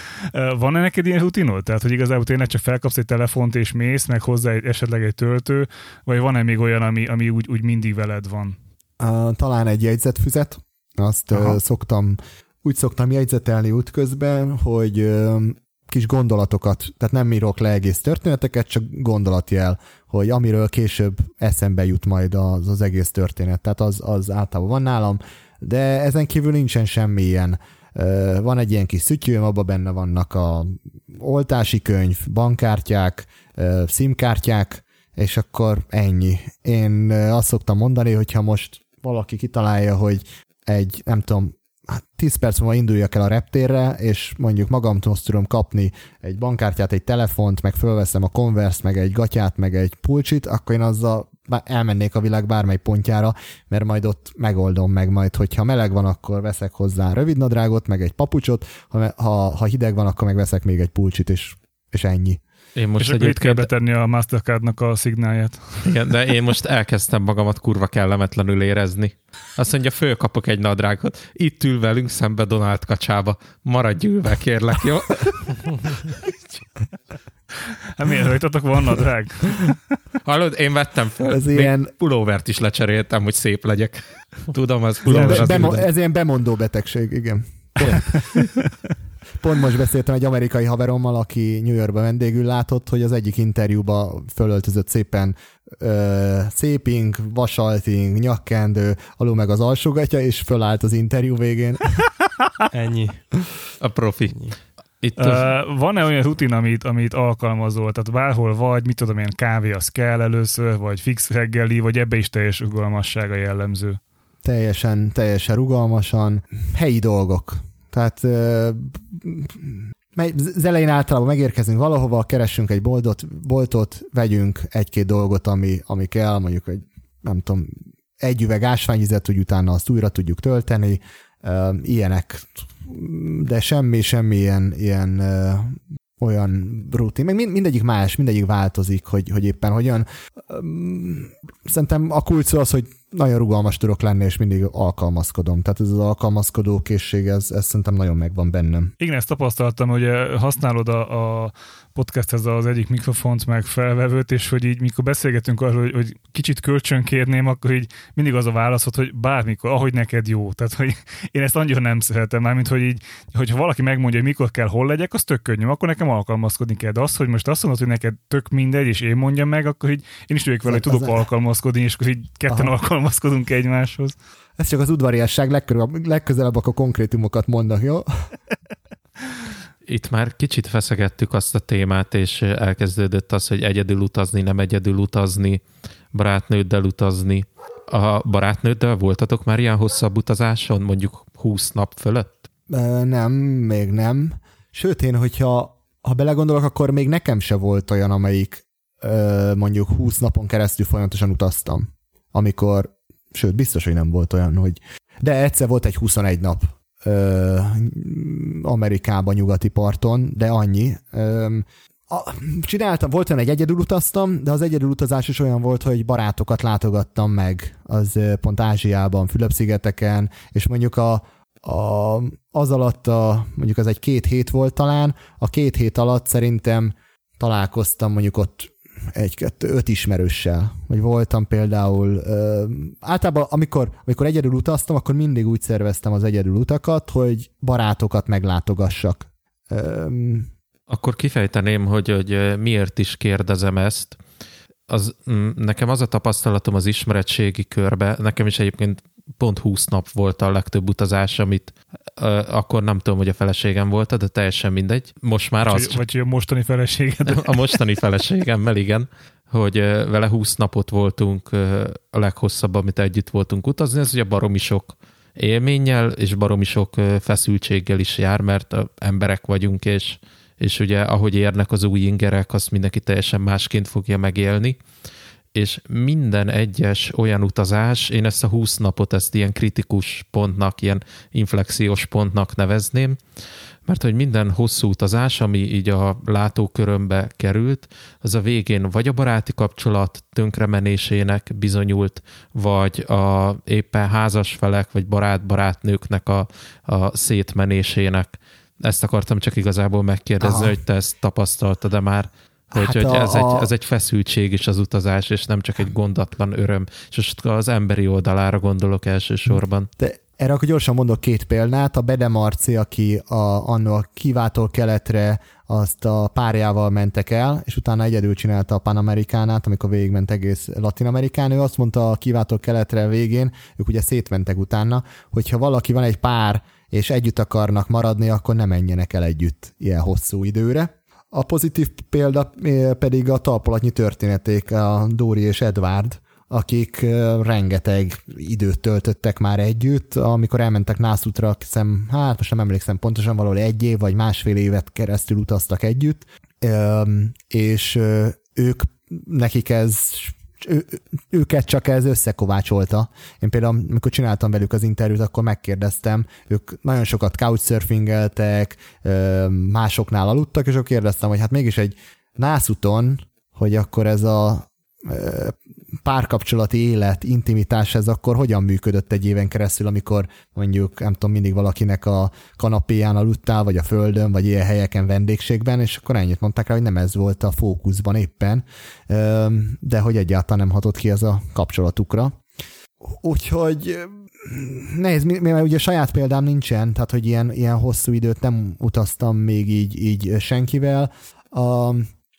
Van-e neked ilyen rutinod? Tehát, hogy igazából tényleg csak felkapsz egy telefont és mész, meg hozzá egy, esetleg egy töltő, vagy van-e még olyan, ami, ami úgy, úgy mindig veled van? Uh, talán egy jegyzetfüzet. Azt uh, szoktam, úgy szoktam jegyzetelni útközben, hogy uh, kis gondolatokat, tehát nem írok le egész történeteket, csak gondolatjel, hogy amiről később eszembe jut majd az, az egész történet. Tehát az, az általában van nálam, de ezen kívül nincsen semmi ilyen. Van egy ilyen kis szütyőm, abban benne vannak a oltási könyv, bankkártyák, szimkártyák, és akkor ennyi. Én azt szoktam mondani, hogyha most valaki kitalálja, hogy egy, nem tudom, tíz perc múlva induljak el a reptérre, és mondjuk magamtól tudom kapni egy bankkártyát, egy telefont, meg fölveszem a Converse, meg egy gatyát, meg egy pulcsit, akkor én azzal elmennék a világ bármely pontjára, mert majd ott megoldom meg majd, hogyha meleg van, akkor veszek hozzá rövidnadrágot, meg egy papucsot, ha, ha, ha hideg van, akkor meg veszek még egy pulcsit, és, és ennyi. Én most és egyébként... itt kell betenni a Mastercardnak a szignálját. Igen, de én most elkezdtem magamat kurva kellemetlenül érezni. Azt mondja, fölkapok egy nadrágot. Itt ül velünk szembe Donald kacsába. Maradj ülve, kérlek, jó? Hát miért rajtatok van nadrág? Hallod, én vettem fel. Ez Még ilyen... pulóvert is lecseréltem, hogy szép legyek. Tudom, az pulóver. Ez, bemo- ez ilyen bemondó betegség, igen. Pont most beszéltem egy amerikai haverommal, aki New Yorkban vendégül látott, hogy az egyik interjúba fölöltözött szépen ö, széping, vasalting, nyakkendő, alul meg az alsógatja, és fölállt az interjú végén. Ennyi. A profi. Itt az... uh, van-e olyan rutin, amit, amit alkalmazol? Tehát bárhol vagy, mit tudom én, kávé az kell először, vagy fix reggeli, vagy ebbe is teljes rugalmassága jellemző? Teljesen, teljesen rugalmasan. Helyi dolgok. Tehát az elején általában megérkezünk valahova, keressünk egy boltot, boltot, vegyünk egy-két dolgot, ami, ami kell, mondjuk egy, nem tudom, egy üveg ásványvizet, hogy utána azt újra tudjuk tölteni, ilyenek, de semmi, semmi ilyen, ilyen olyan rutin, meg mind, mindegyik más, mindegyik változik, hogy, hogy éppen hogyan. Szerintem a kulcs szó az, hogy nagyon rugalmas tudok lenni, és mindig alkalmazkodom. Tehát ez az alkalmazkodó készség, ez, ez szerintem nagyon megvan bennem. Igen, ezt tapasztaltam, hogy használod a, a podcasthez az egyik mikrofont, meg felvevőt, és hogy így mikor beszélgetünk arról, hogy, hogy kicsit kölcsönkérném, akkor így mindig az a válaszod, hogy bármikor, ahogy neked jó. Tehát, hogy én ezt annyira nem szeretem, mármint, hogy így, hogyha valaki megmondja, hogy mikor kell, hol legyek, az tök könnyű, akkor nekem alkalmazkodni kell. De az, hogy most azt mondod, hogy neked tök mindegy, és én mondjam meg, akkor így én is tudjuk vele, hogy tudok alkalmazkodni, és akkor így ketten Aha. alkalmazkodunk egymáshoz. Ez csak az udvariasság, legközelebb, legközelebb akkor konkrétumokat mondnak, jó? Itt már kicsit feszegettük azt a témát, és elkezdődött az, hogy egyedül utazni, nem egyedül utazni, barátnőddel utazni. A barátnőddel voltatok már ilyen hosszabb utazáson, mondjuk húsz nap fölött? Nem, még nem. Sőt, én, hogyha ha belegondolok, akkor még nekem se volt olyan, amelyik mondjuk húsz napon keresztül folyamatosan utaztam. Amikor, sőt, biztos, hogy nem volt olyan, hogy... De egyszer volt egy huszonegy nap Amerikában, nyugati parton, de annyi. A, csináltam, volt olyan, egy egyedül utaztam, de az egyedül utazás is olyan volt, hogy barátokat látogattam meg, az pont Ázsiában, Fülöp-szigeteken, és mondjuk a, a, az alatt, a, mondjuk az egy két hét volt talán, a két hét alatt szerintem találkoztam mondjuk ott egy-kettő, öt ismerőssel. Vagy voltam például, ö, általában amikor, amikor egyedül utaztam, akkor mindig úgy szerveztem az egyedül utakat, hogy barátokat meglátogassak. Ö, Akkor kifejteném, hogy, hogy miért is kérdezem ezt. Az, nekem az a tapasztalatom az ismeretségi körbe, nekem is egyébként pont húsz nap volt a legtöbb utazás, amit uh, akkor nem tudom, hogy a feleségem volt, de teljesen mindegy. Most már az... Vagy, vagy a mostani feleséged. A mostani feleségemmel, igen, hogy uh, vele húsz napot voltunk, uh, a leghosszabb, amit együtt voltunk utazni, ez ugye baromi sok élménnyel, és baromi sok uh, feszültséggel is jár, mert uh, emberek vagyunk, és és ugye ahogy érnek az új ingerek, azt mindenki teljesen másként fogja megélni, és minden egyes olyan utazás, én ezt a húsz napot, ezt ilyen kritikus pontnak, ilyen inflexiós pontnak nevezném, mert hogy minden hosszú utazás, ami így a látókörömbe került, az a végén vagy a baráti kapcsolat tönkremenésének bizonyult, vagy a éppen házasfelek, vagy barát-barátnőknek a, a szétmenésének. Ezt akartam csak igazából megkérdezni, Aha. hogy te ezt tapasztaltad-e már, hogy, hát hogy a, ez, a... Egy, ez egy feszültség is az utazás, és nem csak egy gondatlan öröm. És most az emberi oldalára gondolok elsősorban. De erre akkor gyorsan mondok két példát. A Bede Marci, aki a, anno a Kívától keletre azt a párjával mentek el, és utána egyedül csinálta a Panamericánát, amikor végigment egész Latin-Amerikán. Ő azt mondta a Kívától keletre végén, ők ugye szétmentek utána, hogyha valaki van egy pár, és együtt akarnak maradni, akkor ne menjenek el együtt ilyen hosszú időre. A pozitív példa pedig a talpalatnyi történeték, a Dóri és Edward, akik rengeteg időt töltöttek már együtt, amikor elmentek Nászútra, hiszem, hát most nem emlékszem pontosan, valahol egy év vagy másfél évet keresztül utaztak együtt, és ők, nekik ez Ő, őket csak ez összekovácsolta. Én például, amikor csináltam velük az interjút, akkor megkérdeztem, ők nagyon sokat couchsurfingeltek, másoknál aludtak, és akkor kérdeztem, hogy hát mégis egy nászúton, hogy akkor ez a párkapcsolati élet, intimitás, ez akkor hogyan működött egy éven keresztül, amikor mondjuk, nem tudom, mindig valakinek a kanapéján aludtál, vagy a földön, vagy ilyen helyeken vendégségben, és akkor ennyit mondták rá, hogy nem ez volt a fókuszban éppen, de hogy egyáltalán nem hatott ki ez a kapcsolatukra. Úgyhogy nehéz, mert ugye saját példám nincsen, tehát hogy ilyen, ilyen hosszú időt nem utaztam még így, így senkivel. A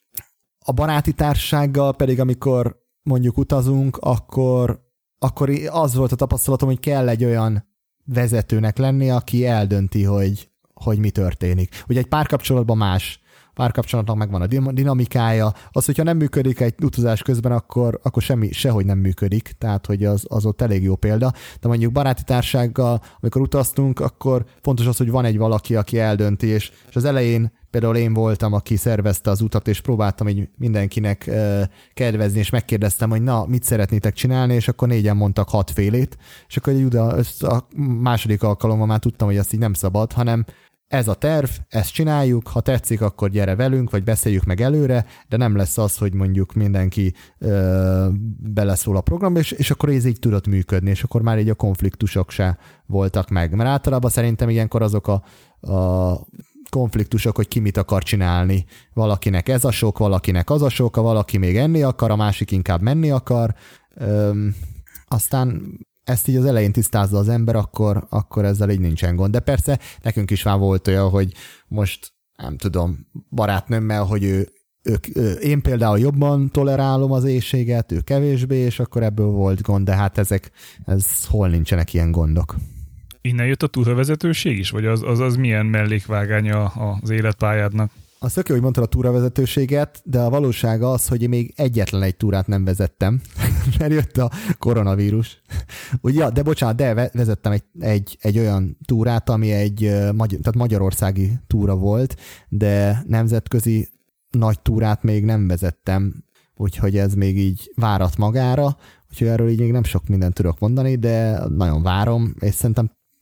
A baráti társasággal pedig, amikor mondjuk utazunk, akkor, akkor az volt a tapasztalatom, hogy kell egy olyan vezetőnek lenni, aki eldönti, hogy, hogy mi történik. Ugye egy párkapcsolatban más, párkapcsolatnak megvan a dinamikája, az, hogyha nem működik egy utazás közben, akkor, akkor semmi, sehogy nem működik, tehát hogy az, az ott elég jó példa, de mondjuk baráti társasággal, amikor utaztunk, akkor fontos az, hogy van egy valaki, aki eldönti, és, és az elején például én voltam, aki szervezte az utat, és próbáltam így mindenkinek uh, kedvezni, és megkérdeztem, hogy na, mit szeretnétek csinálni, és akkor négyen mondtak hatfélét, és akkor egy a második alkalommal már tudtam, hogy azt így nem szabad, hanem ez a terv, ezt csináljuk, ha tetszik, akkor gyere velünk, vagy beszéljük meg előre, de nem lesz az, hogy mondjuk mindenki ö, beleszól a programba, és, és akkor ez így tudott működni, és akkor már így a konfliktusok se voltak meg. Mert általában szerintem ilyenkor azok a, a konfliktusok, hogy ki mit akar csinálni. Valakinek ez a sok, valakinek az a sok, a valaki még enni akar, a másik inkább menni akar. Ö, aztán ezt így az elején tisztázza az ember, akkor, akkor ezzel így nincsen gond. De persze nekünk is már volt olyan, hogy most nem tudom, barátnőmmel, hogy ő, ők, ő, én például jobban tolerálom az éhséget, ő kevésbé, és akkor ebből volt gond, de hát ezek, ez hol nincsenek ilyen gondok. Innen jött a túravezetőség is, vagy az, az, az milyen mellékvágánya az életpályádnak? Az tök jó, hogy mondtad a túravezetőséget, de a valóság az, hogy én még egyetlen egy túrát nem vezettem, mert jött a koronavírus. Ugye, de bocsánat, de vezettem egy, egy, egy olyan túrát, ami egy tehát magyarországi túra volt, de nemzetközi nagy túrát még nem vezettem, úgyhogy ez még így várat magára, úgyhogy erről így még nem sok mindent tudok mondani, de nagyon várom, és szerintem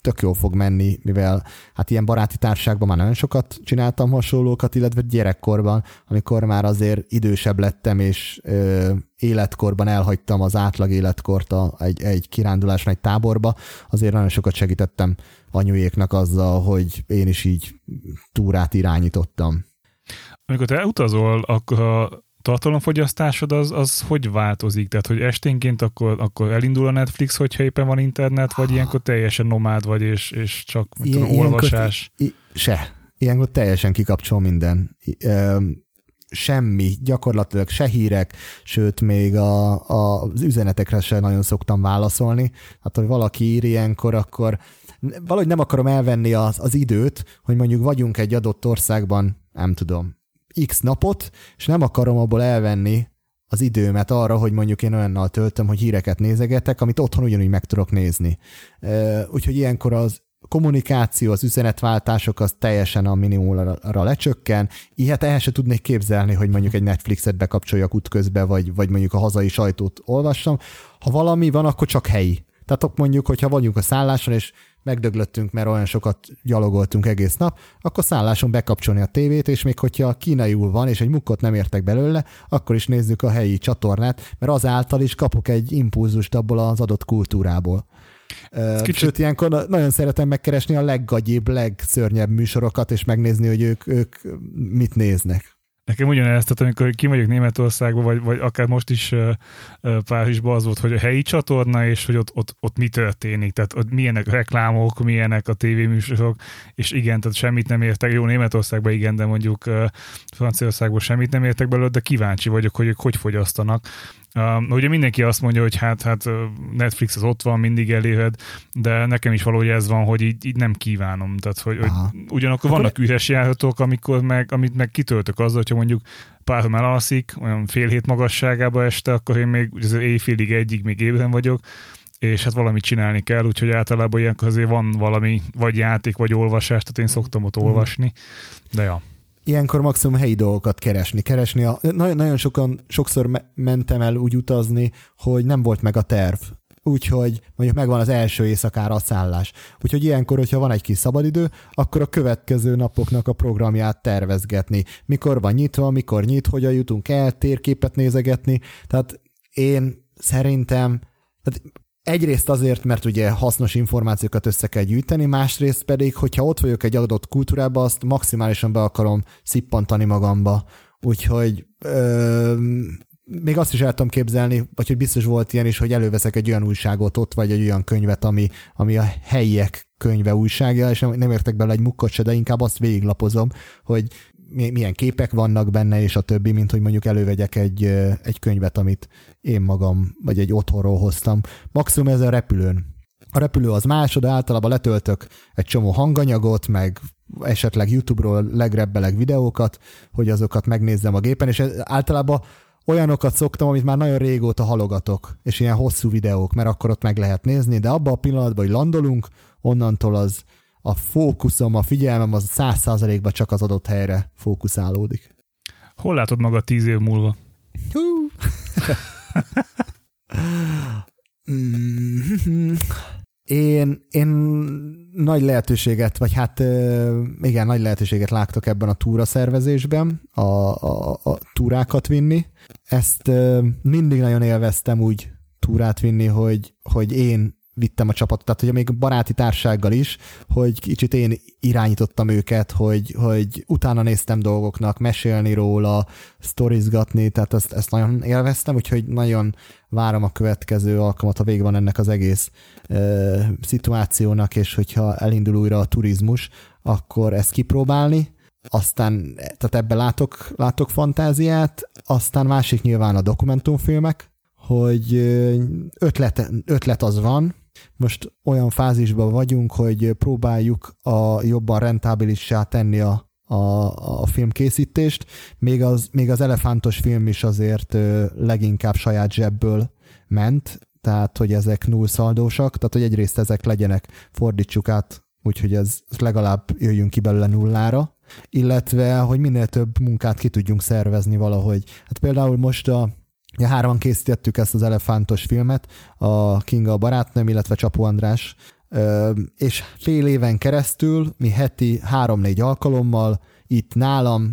tök jól fog menni, mivel hát ilyen baráti társaságban már nagyon sokat csináltam hasonlókat, illetve gyerekkorban, amikor már azért idősebb lettem, és ö, életkorban elhagytam az átlag életkort a, egy, egy kiránduláson, egy táborba, azért nagyon sokat segítettem anyujéknak azzal, hogy én is így túrát irányítottam. Amikor te utazol, akkor a tartalomfogyasztásod az, az hogy változik? Tehát, hogy esténként akkor, akkor elindul a Netflix, hogyha éppen van internet, vagy ilyenkor teljesen nomád vagy, és, és csak Ilyen, tudom, olvasás? I, i, se. Ilyenkor teljesen kikapcsol minden. Semmi, gyakorlatilag se hírek, sőt, még a, a, az üzenetekre se nagyon szoktam válaszolni. Hát, hogy valaki ír ilyenkor, akkor valahogy nem akarom elvenni az, az időt, hogy mondjuk vagyunk egy adott országban, nem tudom, x napot, és nem akarom abból elvenni az időmet arra, hogy mondjuk én olyannal töltöm, hogy híreket nézegetek, amit otthon ugyanúgy meg tudok nézni. Úgyhogy ilyenkor az kommunikáció, az üzenetváltások az teljesen a minimumra lecsökken. Ilyet el se tudnék képzelni, hogy mondjuk egy Netflixet bekapcsoljak útközbe, vagy, vagy mondjuk a hazai sajtót olvassam. Ha valami van, akkor csak helyi. Tehát mondjuk, hogyha vagyunk a szálláson, és megdöglöttünk, mert olyan sokat gyalogoltunk egész nap, akkor szálláson bekapcsolni a tévét, és még hogyha kínaiul van, és egy mukkot nem értek belőle, akkor is nézzük a helyi csatornát, mert azáltal is kapok egy impulzust abból az adott kultúrából. Kicsit... Sőt, ilyenkor nagyon szeretem megkeresni a leggagyibb, legszörnyebb műsorokat, és megnézni, hogy ők, ők mit néznek. Nekem ugyanez, tehát amikor ki vagyok Németországban, vagy, vagy akár most is uh, uh, Párizsban az volt, hogy a helyi csatorna, és hogy ott, ott, ott mi történik, tehát ott milyenek reklámok, milyenek a tévéműsorok, és igen, tehát semmit nem értek, jó, Németországban igen, de mondjuk uh, Franciaországban semmit nem értek belőle, de kíváncsi vagyok, hogy ők hogy fogyasztanak. Uh, ugye mindenki azt mondja, hogy hát, hát Netflix az ott van, mindig elérhed, de nekem is valahogy ez van, hogy így, így nem kívánom. Tehát, hogy, hogy ugyanakkor vannak üres járatok, amikor meg, amit meg kitöltök azzal, hogyha mondjuk párom elalszik, olyan fél hét magasságába este, akkor én még az éjfélig egyig még ébren vagyok, és hát valamit csinálni kell, úgyhogy általában ilyenkor azért van valami, vagy játék, vagy olvasás, tehát én szoktam ott olvasni, de ja. Ilyenkor maximum helyi dolgokat keresni. keresni a, nagyon, nagyon sokan, sokszor me- mentem el úgy utazni, hogy nem volt meg a terv. Úgyhogy mondjuk megvan az első éjszakára a szállás. Úgyhogy ilyenkor, hogyha van egy kis szabadidő, akkor a következő napoknak a programját tervezgetni. Mikor van nyitva, mikor nyit, hogyan jutunk el, térképet nézegetni. Tehát én szerintem... Tehát egyrészt azért, mert ugye hasznos információkat össze kell gyűjteni, másrészt pedig, hogyha ott vagyok egy adott kultúrába, azt maximálisan be akarom szippantani magamba. Úgyhogy ö, még azt is el tudom képzelni, vagy hogy biztos volt ilyen is, hogy előveszek egy olyan újságot ott, vagy egy olyan könyvet, ami, ami a helyiek könyve újságja, és nem, nem értek bele egy mukkot se, de inkább azt végiglapozom, hogy milyen képek vannak benne, és a többi, mint hogy mondjuk elővegyek egy, egy könyvet, amit én magam, vagy egy otthonról hoztam. Maximum ez a repülőn. A repülő az más, de általában letöltök egy csomó hanganyagot, meg esetleg YouTube-ról legrebbeleg videókat, hogy azokat megnézzem a gépen, és általában olyanokat szoktam, amit már nagyon régóta halogatok, és ilyen hosszú videók, mert akkor ott meg lehet nézni, de abban a pillanatban, hogy landolunk, onnantól az a fókuszom, a figyelmem az száz százalékban csak az adott helyre fókuszálódik. Hol látod magad tíz év múlva? én, én nagy lehetőséget, vagy hát igen, nagy lehetőséget látok ebben a túraszervezésben, a, a, a túrákat vinni. Ezt mindig nagyon élveztem úgy túrát vinni, hogy, hogy én vittem a csapatot, tehát hogy még baráti társággal is, hogy kicsit én irányítottam őket, hogy, hogy utána néztem dolgoknak, mesélni róla, sztorizgatni, tehát ezt, ezt nagyon élveztem, úgyhogy nagyon várom a következő alkalmat, ha vége van ennek az egész ö, szituációnak, és hogyha elindul újra a turizmus, akkor ezt kipróbálni, aztán tehát ebben látok, látok fantáziát, aztán másik nyilván a dokumentumfilmek, hogy ötlet, ötlet az van, most olyan fázisban vagyunk, hogy próbáljuk a jobban rentábilissá tenni a, a, a filmkészítést, még az, még az elefántos film is azért leginkább saját zsebből ment, tehát hogy ezek nullszaldósak, tehát hogy egyrészt ezek legyenek, fordítsuk át, úgyhogy ez legalább jöjjünk ki belőle nullára, illetve hogy minél több munkát ki tudjunk szervezni valahogy. Hát például most a Ja, hárman készítettük ezt az elefántos filmet, a Kinga a barátnőm, illetve Csapó András és fél éven keresztül mi heti három-négy alkalommal itt nálam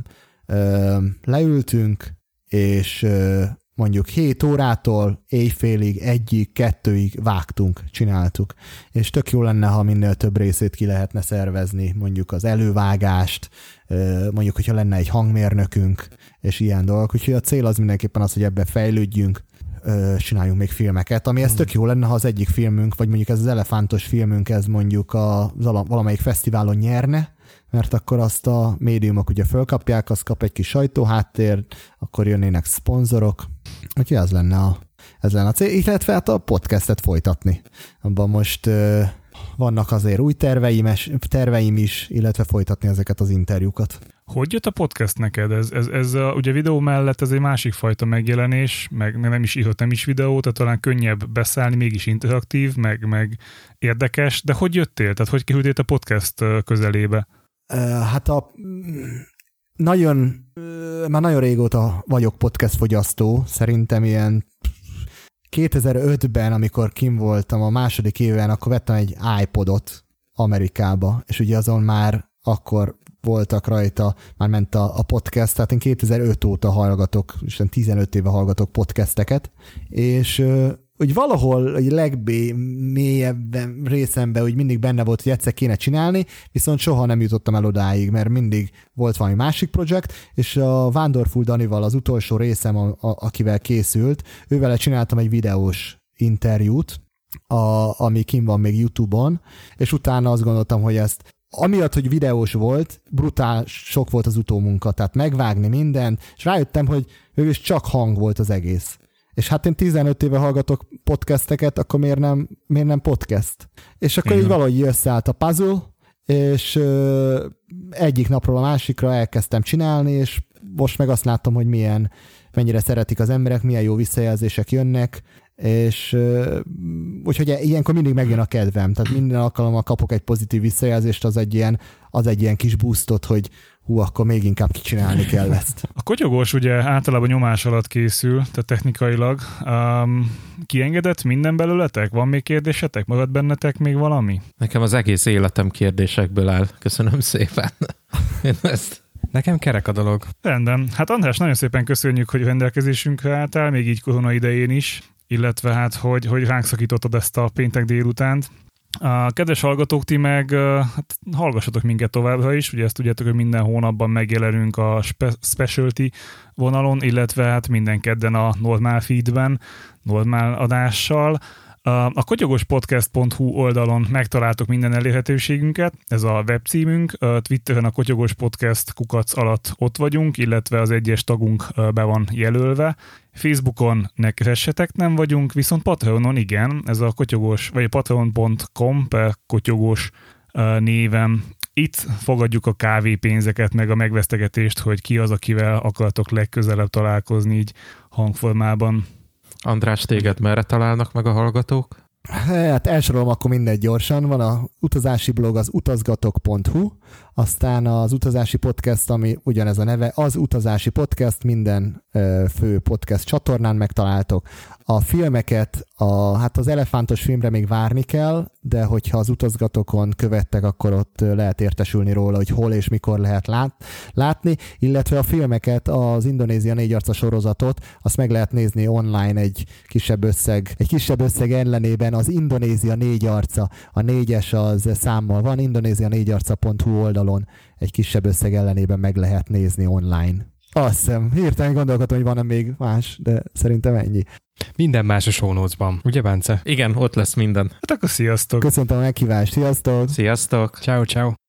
leültünk, és mondjuk hét órától éjfélig, egyig, kettőig vágtunk, csináltuk. És tök jó lenne, ha minél több részét ki lehetne szervezni, mondjuk az elővágást, mondjuk, hogyha lenne egy hangmérnökünk, és ilyen dolgok. Úgyhogy a cél az mindenképpen az, hogy ebben fejlődjünk, csináljunk még filmeket, ami ez tök jó lenne, ha az egyik filmünk, vagy mondjuk ez az elefántos filmünk, ez mondjuk a, valamelyik fesztiválon nyerne, mert akkor azt a médiumok ugye fölkapják, az kap egy kis sajtóháttér, akkor jönnének szponzorok, úgyhogy ez lenne a, ez lenne a cél, illetve hát a podcastet folytatni. Abban most uh, vannak azért új terveim, terveim is, illetve folytatni ezeket az interjúkat. Hogy jött a podcast neked? Ez, ez, ez a, ugye videó mellett ez egy másik fajta megjelenés, meg, meg nem is írott, nem is videó, tehát talán könnyebb beszállni, mégis interaktív, meg, meg érdekes, de hogy jöttél? Tehát hogy kerültél a podcast közelébe? Hát a nagyon, már nagyon régóta vagyok podcast fogyasztó, szerintem ilyen kétezer-ötben, amikor kim voltam a második éven, akkor vettem egy iPodot Amerikába, és ugye azon már akkor voltak rajta, már ment a, a podcast, tehát én kétezer-öt óta hallgatok, és tizenöt éve hallgatok podcasteket, és hogy valahol hogy legmélyebben részemben úgy mindig benne volt, hogy egyszer kéne csinálni, viszont soha nem jutottam el odáig, mert mindig volt valami másik projekt, és a Wonderful Danival az utolsó részem, a, a, akivel készült, ővele csináltam egy videós interjút, a, ami kint van még YouTube-on, és utána azt gondoltam, hogy ezt amiatt, hogy videós volt, brutál sok volt az utómunka, tehát megvágni mindent, és rájöttem, hogy ő is csak hang volt az egész. És hát én tizenöt éve hallgatok podcasteket, akkor miért nem, miért nem podcast? És akkor Igen. így valahogy összeállt a puzzle, és ö, egyik napról a másikra elkezdtem csinálni, és most meg azt látom, hogy milyen, mennyire szeretik az emberek, milyen jó visszajelzések jönnek, és ö, úgyhogy ilyenkor mindig megjön a kedvem, tehát minden alkalommal kapok egy pozitív visszajelzést, az egy ilyen, az egy ilyen kis boostot, hogy hú, akkor még inkább kicsinálni kell ezt. A kotyogós ugye általában nyomás alatt készül, tehát technikailag. Um, kiengedett minden belőletek? Van még kérdésetek? Magad bennetek még valami? Nekem az egész életem kérdésekből áll. Köszönöm szépen. Én ezt... Nekem kerek a dolog. Rendben. Hát András, nagyon szépen köszönjük, hogy rendelkezésünkre álltál, még így korona idején is, illetve hát, hogy, hogy ránk szakítottad ezt a péntek délutánt. A kedves hallgatók, ti meg hát, hallgassatok minket továbbra is, ugye ezt tudjátok, hogy minden hónapban megjelenünk a spe- specialty vonalon, illetve hát minden kedden a normál feedben, normál adással. A kotyogospodcast pont hu oldalon megtaláltok minden elérhetőségünket, ez a webcímünk, Twitteren a kotyogospodcast kukac alatt ott vagyunk, illetve az egyes tagunk be van jelölve. Facebookon ne keressetek, nem vagyunk, viszont Patreonon igen, ez a kotyogos, vagy patreon pont com per kotyogos néven. Itt fogadjuk a kávépénzeket, meg a megvesztegetést, hogy ki az, akivel akartok legközelebb találkozni így hangformában. András, téged merre találnak meg a hallgatók? Hát elsorolom akkor mindegy gyorsan. Van a utazási blog, az utazgatok pont hu, aztán az utazási podcast, ami ugyanez a neve, az utazási podcast, minden ö, fő podcast csatornán megtaláltok. A filmeket, a, hát az elefántos filmre még várni kell, de hogyha az utazgatokon követtek, akkor ott lehet értesülni róla, hogy hol és mikor lehet lát, látni, illetve a filmeket, az Indonézia négy arca sorozatot, azt meg lehet nézni online egy kisebb összeg, egy kisebb összeg ellenében, az Indonézia négy arca, a négyes az számmal van, indonézia négy arca pont hu oldalon egy kisebb összeg ellenében meg lehet nézni online. Azt hiszem, hirtelen gondolkodom, hogy van-e még más, de szerintem ennyi. Minden más a show notes-ban, ugye Bence? Igen, ott lesz minden. Hát akkor sziasztok! Köszöntöm a meghívást, sziasztok! Sziasztok! Ciao, ciao!